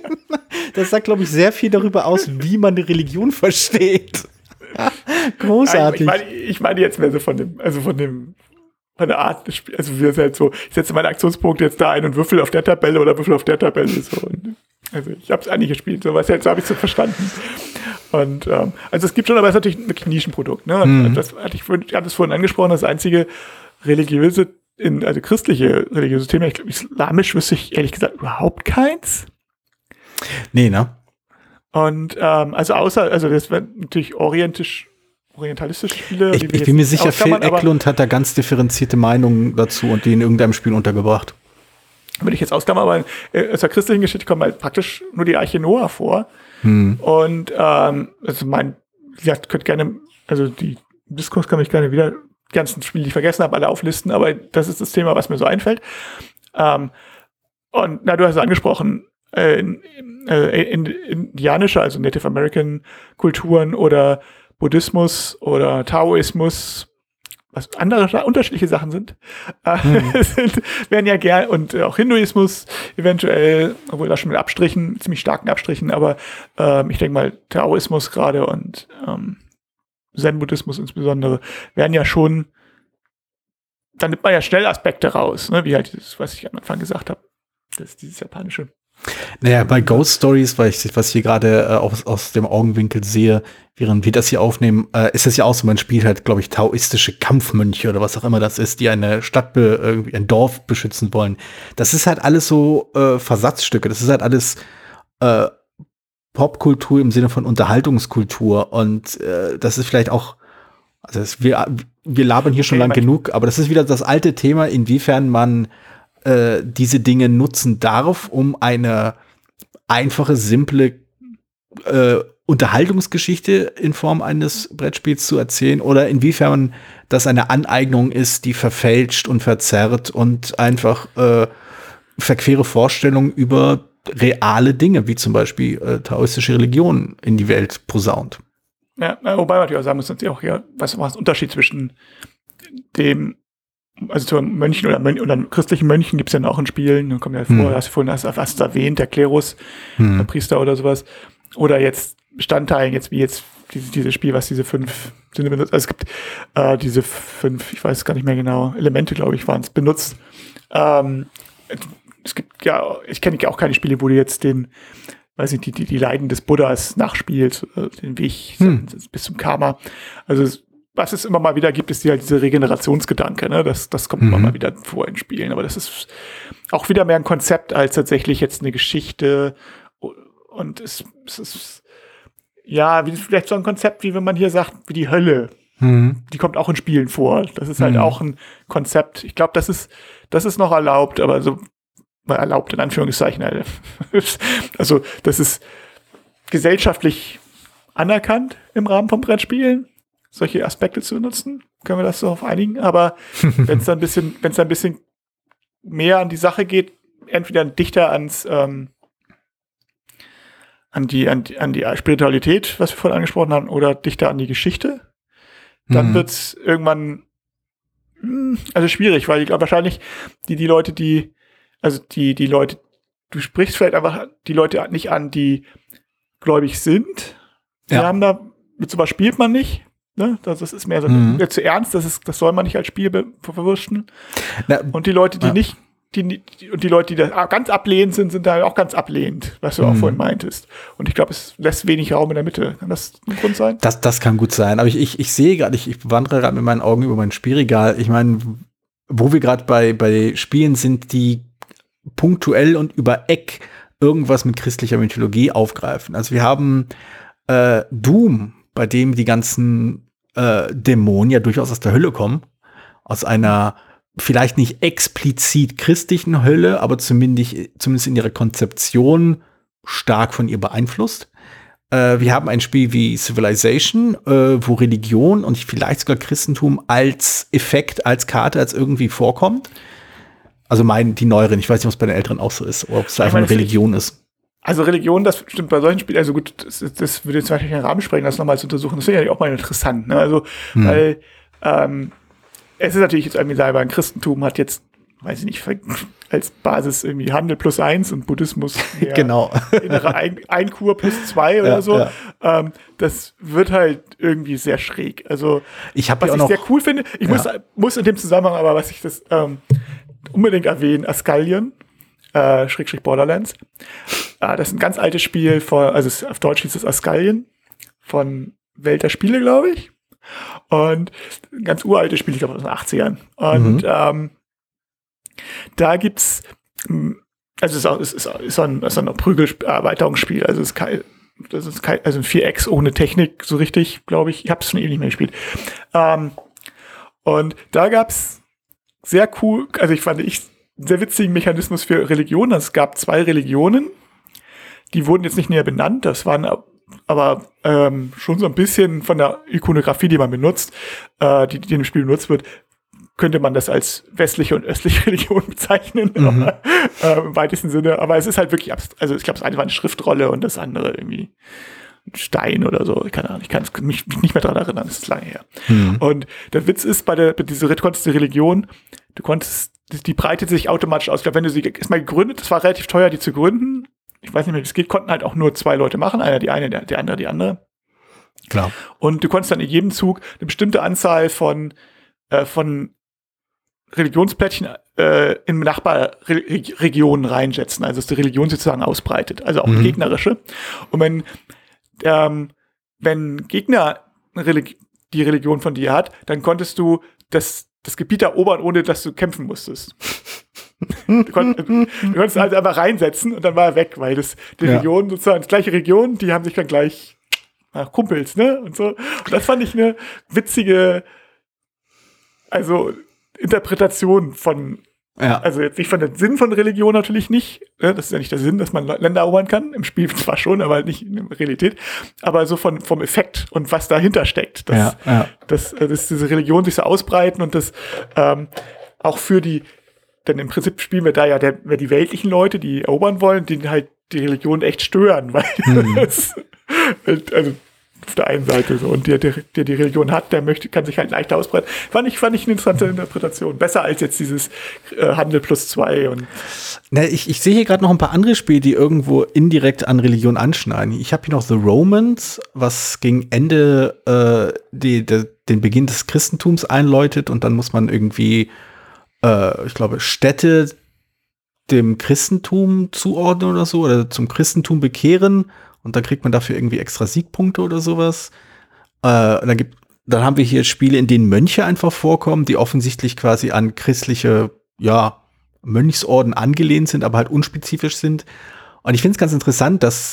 Das sagt, glaube ich, sehr viel darüber aus, wie man eine Religion versteht. Großartig. Nein, ich meine ich meine jetzt mehr so von dem, also von dem von der Art des Spiels, also wir sind halt so, ich setze meine Aktionspunkte jetzt da ein und würfel auf der Tabelle oder würfel auf der Tabelle so. Und, also ich habe es eigentlich gespielt, so was jetzt so habe ich so verstanden. Und ähm, also es gibt schon, aber es ist natürlich wirklich ein Nischenprodukt. Ne? Und mhm. das hatte ich, ich hatte es vorhin angesprochen, das einzige religiöse, in, also christliche religiöse Thema, ich glaube islamisch wüsste ich ehrlich gesagt überhaupt keins. Nee, ne? Und ähm, also außer, also das wäre natürlich orientisch orientalistische Spiele. Ich, ich bin mir sicher, Phil Eklund hat da ganz differenzierte Meinungen dazu und die in irgendeinem Spiel untergebracht. Würde ich jetzt ausklammern, aber äh, aus der christlichen Geschichte kommt halt praktisch nur die Arche Noah vor. Hm. Und ähm, also mein, wie gesagt, könnt gerne, also die im Diskurs kann ich gerne wieder die ganzen Spiele, die ich vergessen habe, alle auflisten, aber das ist das Thema, was mir so einfällt. Ähm, und na, du hast es angesprochen, äh, in, äh, in, in indianische, also Native American Kulturen oder Buddhismus oder Taoismus, was andere unterschiedliche Sachen sind, mhm. äh, sind werden ja gern, und auch Hinduismus eventuell, obwohl da schon mit Abstrichen, ziemlich starken Abstrichen, aber ähm, ich denke mal Taoismus gerade und ähm, Zen-Buddhismus insbesondere werden ja schon, da nimmt man ja schnell Aspekte raus, ne, wie halt dieses, was ich am Anfang gesagt habe, das ist dieses japanische. Naja, bei Ghost Stories, weil ich, was ich hier gerade äh, aus, aus dem Augenwinkel sehe, während wir das hier aufnehmen, äh, ist es ja auch so, man spielt halt, glaube ich, taoistische Kampfmönche oder was auch immer das ist, die eine Stadt, be, irgendwie ein Dorf beschützen wollen. Das ist halt alles so äh, Versatzstücke, das ist halt alles äh, Popkultur im Sinne von Unterhaltungskultur und äh, das ist vielleicht auch, also das, wir, wir labern hier schon okay, lang genug, aber das ist wieder das alte Thema, inwiefern man diese Dinge nutzen darf, um eine einfache, simple äh, Unterhaltungsgeschichte in Form eines Brettspiels zu erzählen oder inwiefern das eine Aneignung ist, die verfälscht und verzerrt und einfach äh, verquere Vorstellungen über reale Dinge, wie zum Beispiel äh, taoistische Religion in die Welt posaunt. Ja, wobei man natürlich auch sagen muss, dass auch hier, was ist der Unterschied zwischen dem, also zu Mönchen oder, Mönch, oder christlichen Mönchen gibt es ja auch in Spielen, dann kommen ja vor, hm. hast du vorhin hast, hast du erwähnt, der Klerus, hm. der Priester oder sowas, oder jetzt Bestandteilen, jetzt wie jetzt dieses, dieses Spiel, was diese fünf Sinne benutzt, also es gibt äh, diese fünf, ich weiß gar nicht mehr genau, Elemente, glaube ich, waren es, benutzt. Ähm, es gibt ja, ich kenne ja auch keine Spiele, wo du jetzt den, weiß nicht, die, die, die Leiden des Buddhas nachspielt, den Weg hm. bis zum Karma. Also es, was es immer mal wieder gibt, ist die, halt dieser Regenerationsgedanke, ne? Das, das kommt mhm. immer mal wieder vor in Spielen. Aber das ist auch wieder mehr ein Konzept als tatsächlich jetzt eine Geschichte. Und es, es ist, ja, wie, vielleicht so ein Konzept, wie wenn man hier sagt, wie die Hölle. Mhm. Die kommt auch in Spielen vor. Das ist halt mhm. auch ein Konzept. Ich glaube, das ist, das ist noch erlaubt, aber so erlaubt in Anführungszeichen. Also das ist gesellschaftlich anerkannt im Rahmen von Brettspielen, solche Aspekte zu nutzen. Können wir das so auf einigen? Aber wenn es dann ein bisschen, wenn es dann ein bisschen mehr an die Sache geht, entweder dichter ans ähm, an die an die an die Spiritualität, was wir vorhin angesprochen haben, oder dichter an die Geschichte, dann mhm. wird es irgendwann mh, also schwierig, weil ich glaube wahrscheinlich die die Leute, die Also die, die Leute, du sprichst vielleicht einfach die Leute nicht an, die gläubig sind. Die ja. haben da, mit sowas spielt man nicht. Ne? Das, das ist mehr so mhm. zu ernst, das, ist, das soll man nicht als Spiel be- verwurschen. Na, und die Leute, die ja. nicht, die, die, und die Leute, die da ganz ablehnend sind, sind da auch ganz ablehnend, was du mhm. auch vorhin meintest. Und ich glaube, es lässt wenig Raum in der Mitte. Kann das ein Grund sein? Das, das kann gut sein. Aber ich, ich, ich sehe gerade, ich, ich wandere gerade mit meinen Augen über mein Spielregal. Ich meine, wo wir gerade bei, bei Spielen sind, die punktuell und über Eck irgendwas mit christlicher Mythologie aufgreifen. Also wir haben äh, Doom, bei dem die ganzen äh, Dämonen ja durchaus aus der Hölle kommen. Aus einer vielleicht nicht explizit christlichen Hölle, aber zumindest, zumindest in ihrer Konzeption stark von ihr beeinflusst. Äh, wir haben ein Spiel wie Civilization, äh, wo Religion und vielleicht sogar Christentum als Effekt, als Karte, als irgendwie vorkommt. Also mein, die neueren, ich weiß nicht, ob es bei den älteren auch so ist, oder ob es einfach eine Religion ist. Also Religion, das stimmt bei solchen Spielen, also gut, das, das würde jetzt wahrscheinlich den Rahmen sprengen, das nochmal zu untersuchen. Das finde ich auch mal interessant, ne? Also, hm. weil ähm, es ist natürlich jetzt irgendwie selber, ein Christentum hat jetzt, weiß ich nicht, als Basis irgendwie Handel plus eins und Buddhismus genau. innere Ein- Einkur plus zwei oder ja, so. Ja. Ähm, das wird halt irgendwie sehr schräg. Also, ich was ich noch, sehr cool finde, ich ja. muss, muss in dem Zusammenhang aber, was ich das ähm, unbedingt erwähnen, Ascalien, äh, Schrägstrich Borderlands. Äh, das ist ein ganz altes Spiel, von, also es, auf Deutsch hieß es Ascalien, von Welt der Spiele, glaube ich. Und ein ganz uraltes Spiel, ich glaube aus den achtzigern. Und mhm. ähm, da gibt's, also es ist, auch, es ist, ist so ein, ist so ein Prügel-Erweiterungsspiel, also es ist kein, das ist kein, also ein Vierecks ohne Technik, so richtig, glaube ich. Ich habe es schon ewig nicht mehr gespielt. Ähm, und da gab's sehr cool, also ich fand ich einen sehr witzigen Mechanismus für Religionen. Es gab zwei Religionen, die wurden jetzt nicht näher benannt, das waren aber ähm, schon so ein bisschen von der Ikonografie, die man benutzt, äh, die, die im Spiel benutzt wird, könnte man das als westliche und östliche Religion bezeichnen, mhm. äh, im weitesten Sinne. Aber es ist halt wirklich, abst- also ich glaube, das eine war eine Schriftrolle und das andere irgendwie ein Stein oder so. Keine Ahnung, ich kann mich nicht mehr daran erinnern, das ist lange her. Mhm. Und der Witz ist, bei der, bei dieser du konntest die Religion, du konntest, die, die breitet sich automatisch aus. Ich glaube, wenn du sie erstmal gegründet, es war relativ teuer, die zu gründen. Ich weiß nicht mehr, wie es geht, konnten halt auch nur zwei Leute machen, einer die eine, der, der andere die andere. Klar. Und du konntest dann in jedem Zug eine bestimmte Anzahl von, äh, von Religionsplättchen äh, in Nachbarregionen reinsetzen, also dass die Religion sozusagen ausbreitet, also auch mhm. gegnerische. Und wenn ähm, wenn Gegner Religi- die Religion von dir hat, dann konntest du das, das Gebiet erobern, ohne dass du kämpfen musstest. du, konntest, du konntest halt einfach reinsetzen und dann war er weg, weil das die ja. Region sozusagen, die gleiche Region, die haben sich dann gleich na, Kumpels, ne? Und so. Und das fand ich eine witzige, also Interpretation von Ja. Also jetzt nicht von dem Sinn von Religion natürlich nicht. Ne? Das ist ja nicht der Sinn, dass man Länder erobern kann. Im Spiel zwar schon, aber halt nicht in der Realität. Aber so von, vom Effekt und was dahinter steckt. Dass, Ja, ja. dass, dass diese Religion sich so ausbreiten und das ähm, auch für die, denn im Prinzip spielen wir da ja der, die weltlichen Leute, die erobern wollen, die halt die Religion echt stören. Weil Mhm. das, also auf der einen Seite so. Und der, der, der die Religion hat, der möchte, kann sich halt leichter ausbreiten. Fand ich, fand ich eine interessante Interpretation. Besser als jetzt dieses äh, Handel plus zwei. Und Na, ich, ich sehe hier gerade noch ein paar andere Spiele, die irgendwo indirekt an Religion anschneiden. Ich habe hier noch The Romans, was gegen Ende äh, die, de, den Beginn des Christentums einläutet. Und dann muss man irgendwie, äh, ich glaube, Städte dem Christentum zuordnen oder so. Oder zum Christentum bekehren. Und dann kriegt man dafür irgendwie extra Siegpunkte oder sowas. Äh, und dann, gibt, dann haben wir hier Spiele, in denen Mönche einfach vorkommen, die offensichtlich quasi an christliche, ja, Mönchsorden angelehnt sind, aber halt unspezifisch sind. Und ich finde es ganz interessant, dass,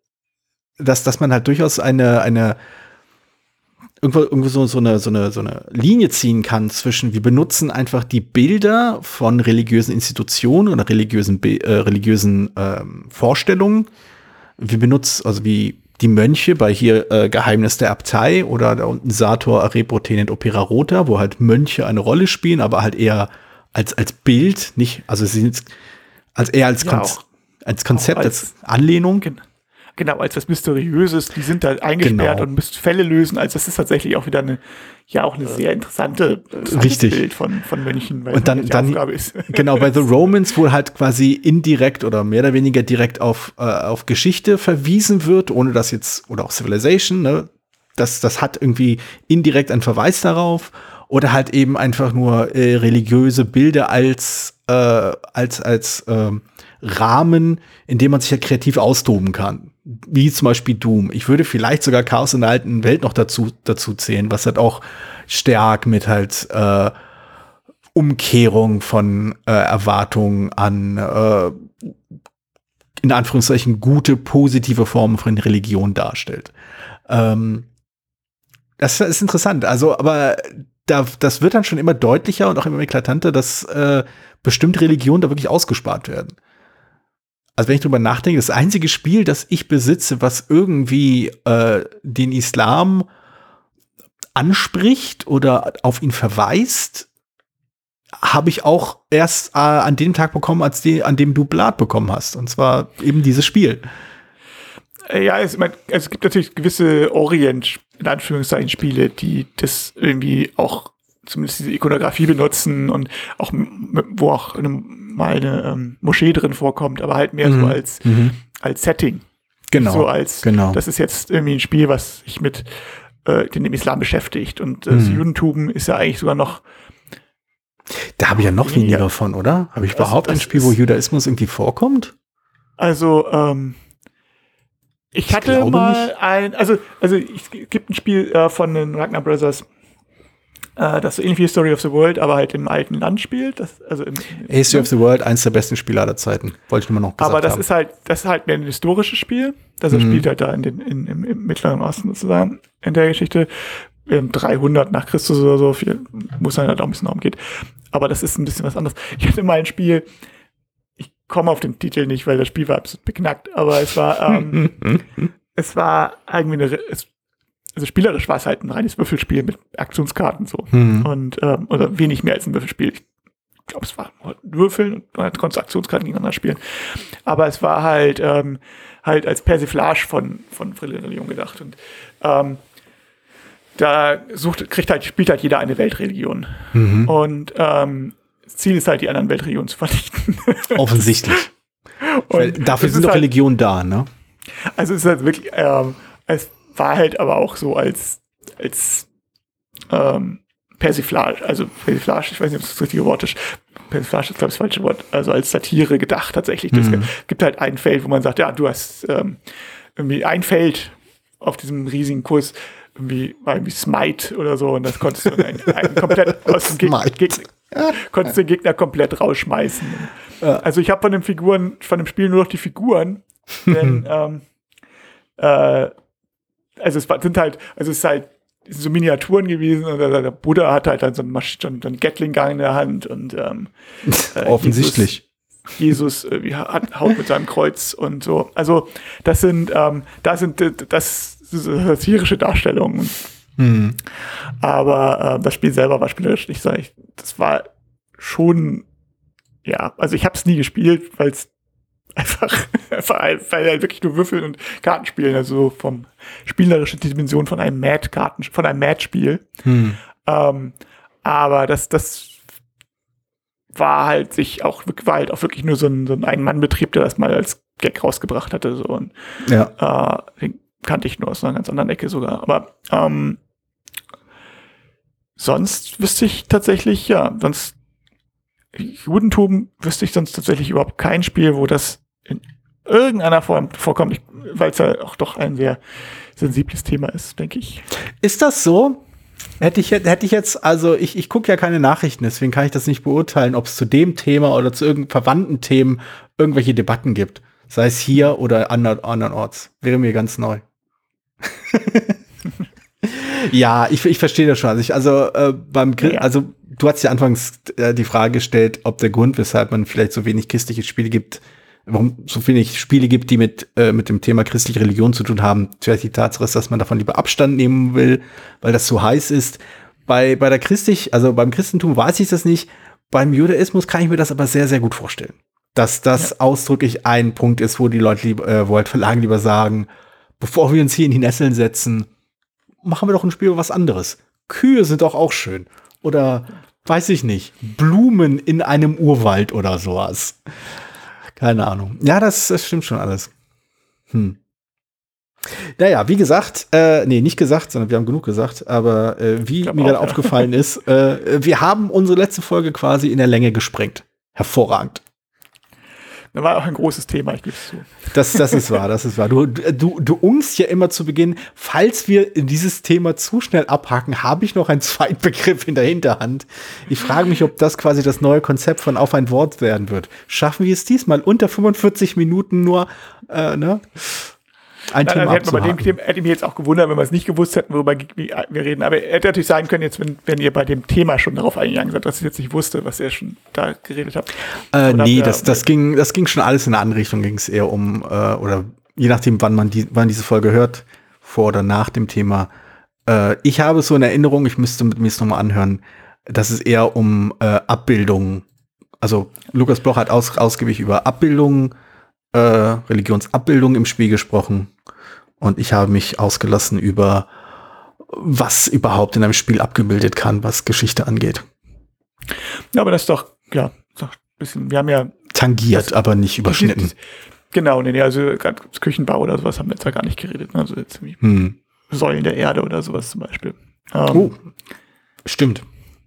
dass, dass man halt durchaus eine, eine irgendwo, irgendwo so, so, eine, so, eine, so eine Linie ziehen kann zwischen, wir benutzen einfach die Bilder von religiösen Institutionen oder religiösen, äh, religiösen ähm, Vorstellungen. Wir benutzen, also wie die Mönche bei hier äh, Geheimnis der Abtei oder da unten Sator, Arepo, Tenent, Opera Rota, wo halt Mönche eine Rolle spielen, aber halt eher als, als Bild, nicht, also sie sind als eher als, Ja, Konz- als Konzept, auch als, als- Anlehnung. genau, als was Mysteriöses, die sind da eingesperrt Genau. und müssen Fälle lösen. Also das ist tatsächlich auch wieder eine, ja, auch eine sehr interessante, interessantes Richtig. Bild von, von Mönchen, weil Und dann, das die dann Aufgabe ist. genau, bei The Romans, wo halt quasi indirekt oder mehr oder weniger direkt auf, äh, auf Geschichte verwiesen wird, ohne dass jetzt, oder auch Civilization, ne, das, das hat irgendwie indirekt einen Verweis darauf. Oder halt eben einfach nur äh, religiöse Bilder als, äh, als, als ähm, Rahmen, in dem man sich ja kreativ austoben kann. Wie zum Beispiel Doom. Ich würde vielleicht sogar Chaos in der alten Welt noch dazu, dazu zählen, was halt auch stark mit halt äh, Umkehrung von äh, Erwartungen an äh, in Anführungszeichen gute, positive Formen von Religion darstellt. Ähm, das ist interessant. Also, aber da, das wird dann schon immer deutlicher und auch immer eklatanter, dass äh, bestimmte Religionen da wirklich ausgespart werden. Also wenn ich drüber nachdenke, das einzige Spiel, das ich besitze, was irgendwie äh, den Islam anspricht oder auf ihn verweist, habe ich auch erst äh, an dem Tag bekommen, als die, an dem du Blood bekommen hast. Und zwar eben dieses Spiel. Ja, es, man, also es gibt natürlich gewisse Orient, in Anführungszeichen, Spiele, die das irgendwie auch zumindest diese Ikonografie benutzen und auch, m- wo auch eine, mal eine ähm, Moschee drin vorkommt, aber halt mehr Mhm. so als, Mhm. als Setting. Genau. So als, genau. das ist jetzt irgendwie ein Spiel, was sich mit äh, dem Islam beschäftigt. Und äh, Mhm. das Judentum ist ja eigentlich sogar noch. Da habe ich ja noch weniger. weniger von, oder? Habe ich Das- überhaupt ein das Spiel, wo ist- Judaismus irgendwie vorkommt? Also, ähm, ich Ich hatte glaube mal nicht. ein, also, also es gibt ein Spiel äh, von den Ragnar Brothers, äh, das so ähnlich wie Story of the World, aber halt im alten Land spielt. Das, also im, History of the World, eins der besten Spiele aller Zeiten. Wollte ich nur mal noch gesagt aber das haben. ist halt, das ist halt mehr ein historisches Spiel. Das Mhm. spielt halt da in den, in, im, im Mittleren Osten sozusagen in der Geschichte. Ähm, dreihundert nach Christus oder so, viel, muss halt auch ein bisschen darum geht. Aber das ist ein bisschen was anderes. Ich hatte mal ein Spiel, ich komme auf den Titel nicht, weil das Spiel war absolut beknackt, aber es war, ähm, es war irgendwie eine, es, also spielerisch war es halt ein reines Würfelspiel mit Aktionskarten so. Mhm. Und, ähm, oder wenig mehr als ein Würfelspiel. Ich glaube, es war Würfeln und dann konntest du Aktionskarten gegeneinander spielen. Aber es war halt, ähm, halt als Persiflage von, von Religion gedacht. Und, ähm, da sucht, kriegt halt, spielt halt jeder eine Weltreligion. Mhm. Und, ähm, das Ziel ist halt, die anderen Weltreligionen zu vernichten. Offensichtlich. Weil Und dafür es sind ist doch halt, Religionen da, ne? Also es ist halt wirklich, ähm, es war halt aber auch so als, als ähm, Persiflage, also Persiflage, ich weiß nicht, ob das das richtige Wort ist. Persiflage ist, glaube ich, das falsche Wort. Also als Satire gedacht tatsächlich. Es Mhm. gibt halt ein Feld, wo man sagt, ja, du hast ähm, irgendwie ein Feld auf diesem riesigen Kurs, irgendwie, war irgendwie Smite oder so, und das konntest du ein, ein komplett aus dem Gegner, Smite. Gegner konntest den Gegner komplett rausschmeißen. Ja. Also ich habe von den Figuren, von dem Spiel nur noch die Figuren, denn ähm, äh, also es war- sind halt, also es ist halt so Miniaturen gewesen und der, der Buddha hat halt dann so einen, so einen Gatling-Gun in der Hand und ähm, äh, offensichtlich. Jesus, Jesus äh, hat, haut mit seinem Kreuz und so. Also das sind, ähm, das sind das satirische Darstellungen. Hm. Aber äh, das Spiel selber war spielerisch nicht, sag ich. Das war schon, ja, also ich habe es nie gespielt, weil es einfach, weil halt wirklich nur Würfeln und Karten spielen, also vom spielerischen Dimension von einem Mad-Karten, von einem Mad-Spiel. Hm. Ähm, aber das, das war halt sich auch, war halt auch wirklich nur so ein, so ein Ein-Mann-Betrieb, der das mal als Gag rausgebracht hatte, so. Und, ja. Äh, den kannte ich nur aus einer ganz anderen Ecke sogar. Aber, ähm, sonst wüsste ich tatsächlich, ja, sonst Judentum wüsste ich sonst tatsächlich überhaupt kein Spiel, wo das in irgendeiner Form vorkommt, weil es ja auch doch ein sehr sensibles Thema ist, denke ich. Ist das so? Hätte ich, hätte ich jetzt, also ich, ich gucke ja keine Nachrichten, deswegen kann ich das nicht beurteilen, ob es zu dem Thema oder zu irgendeinem verwandten Themen irgendwelche Debatten gibt. Sei es hier oder ander, andernorts. Wäre mir ganz neu. Ja, ich, ich verstehe das schon. Also, ich, also äh, beim Gr- ja. also du hast ja anfangs äh, die Frage gestellt, ob der Grund, weshalb man vielleicht so wenig christliche Spiele gibt, warum so wenig Spiele gibt, die mit äh, mit dem Thema christliche Religion zu tun haben, vielleicht die Tatsache ist, dass man davon lieber Abstand nehmen will, weil das so heiß ist. Bei bei der christlich, also beim Christentum weiß ich das nicht. Beim Judaismus kann ich mir das aber sehr sehr gut vorstellen, dass das ja. ausdrücklich ein Punkt ist, wo die Leute lieber, äh, wo halt Verlage lieber sagen, bevor wir uns hier in die Nesseln setzen, machen wir doch ein Spiel was anderes. Kühe sind doch auch schön. Oder, weiß ich nicht, Blumen in einem Urwald oder sowas. Keine Ahnung. Ja, das, das stimmt schon alles. Hm. Naja, wie gesagt, äh, nee, nicht gesagt, sondern wir haben genug gesagt, aber äh, wie mir gerade aufgefallen ist, äh, wir haben unsere letzte Folge quasi in der Länge gesprengt. Hervorragend. Das war auch ein großes Thema, ich gebe es zu. Das, das ist wahr, das ist wahr. Du, du, du ungst ja immer zu Beginn, falls wir in dieses Thema zu schnell abhaken, habe ich noch einen Zweitbegriff in der Hinterhand. Ich frage mich, ob das quasi das neue Konzept von Auf ein Wort werden wird. Schaffen wir es diesmal unter fünfundvierzig Minuten nur, äh, ne? Ein Nein, Thema also hätte, man bei dem abzuhaken. Thema, hätte mich jetzt auch gewundert, wenn wir es nicht gewusst hätten, worüber wir reden. Aber hätte natürlich sein können, jetzt, wenn, wenn ihr bei dem Thema schon darauf eingegangen seid, dass ich jetzt nicht wusste, was ihr schon da geredet habt. Äh, nee, habt, das, das, ging, das ging schon alles in eine andere Richtung, ging es eher um, äh, oder je nachdem, wann man die, wann diese Folge hört, vor oder nach dem Thema. Äh, ich habe so in Erinnerung, ich müsste mit mir es nochmal anhören, dass es eher um äh, Abbildungen, also Lukas Bloch hat aus, ausgiebig über Abbildungen, äh, Religionsabbildungen im Spiel gesprochen. Und ich habe mich ausgelassen über, was überhaupt in einem Spiel abgebildet kann, was Geschichte angeht. Ja, aber das ist doch, ja, ist doch ein bisschen, wir haben ja tangiert, das, aber nicht überschnitten. Das, genau, nee, also gerade Küchenbau oder sowas haben wir jetzt ja gar nicht geredet. Ne? Also jetzt hm. Säulen der Erde oder sowas zum Beispiel. Ähm, oh, stimmt.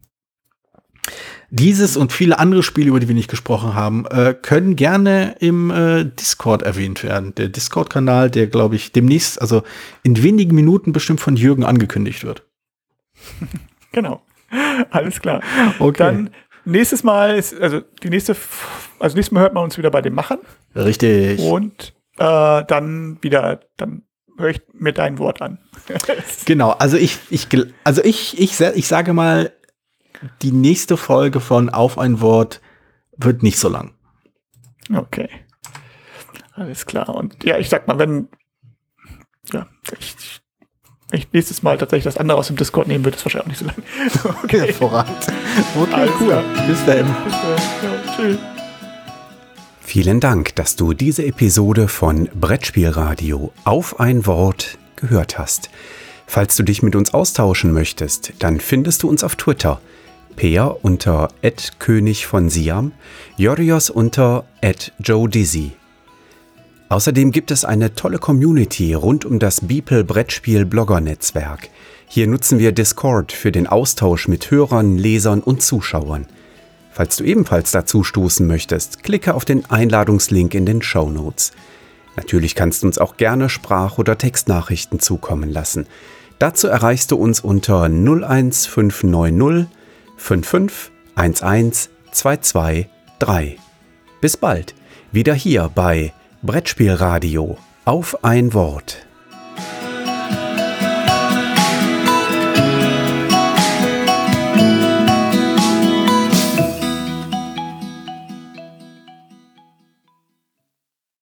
Dieses und viele andere Spiele, über die wir nicht gesprochen haben, äh, können gerne im äh, Discord erwähnt werden. Der Discord-Kanal, der, glaube ich, demnächst, also in wenigen Minuten bestimmt von Jürgen angekündigt wird. Genau. Alles klar. Okay. Dann nächstes Mal ist, also die nächste, also nächstes Mal hört man uns wieder bei den Machern. Richtig. Und äh, dann wieder, dann höre ich mir dein Wort an. Genau, also ich, ich, also ich, ich, ich sage mal, die nächste Folge von Auf ein Wort wird nicht so lang. Okay. Alles klar. Und ja, ich sag mal, wenn, ja, ich, wenn ich nächstes Mal tatsächlich das andere aus dem Discord nehmen würde, ist wahrscheinlich auch nicht so lang. Okay, hervorragend. Okay, alles cool. Klar. Bis dahin. Bis dahin. Ja, tschüss. Vielen Dank, dass du diese Episode von Brettspielradio Auf ein Wort gehört hast. Falls du dich mit uns austauschen möchtest, dann findest du uns auf Twitter. Peer unter at König von Siam, Jorios unter at Joe Dizzy. Außerdem gibt es eine tolle Community rund um das Beeple Brettspiel Blogger-Netzwerk. Hier nutzen wir Discord für den Austausch mit Hörern, Lesern und Zuschauern. Falls du ebenfalls dazu stoßen möchtest, klicke auf den Einladungslink in den Shownotes. Natürlich kannst du uns auch gerne Sprach- oder Textnachrichten zukommen lassen. Dazu erreichst du uns unter null eins fünf neun null fünf fünf eins eins zwei zwei drei. Bis bald, wieder hier bei Brettspielradio Auf ein Wort.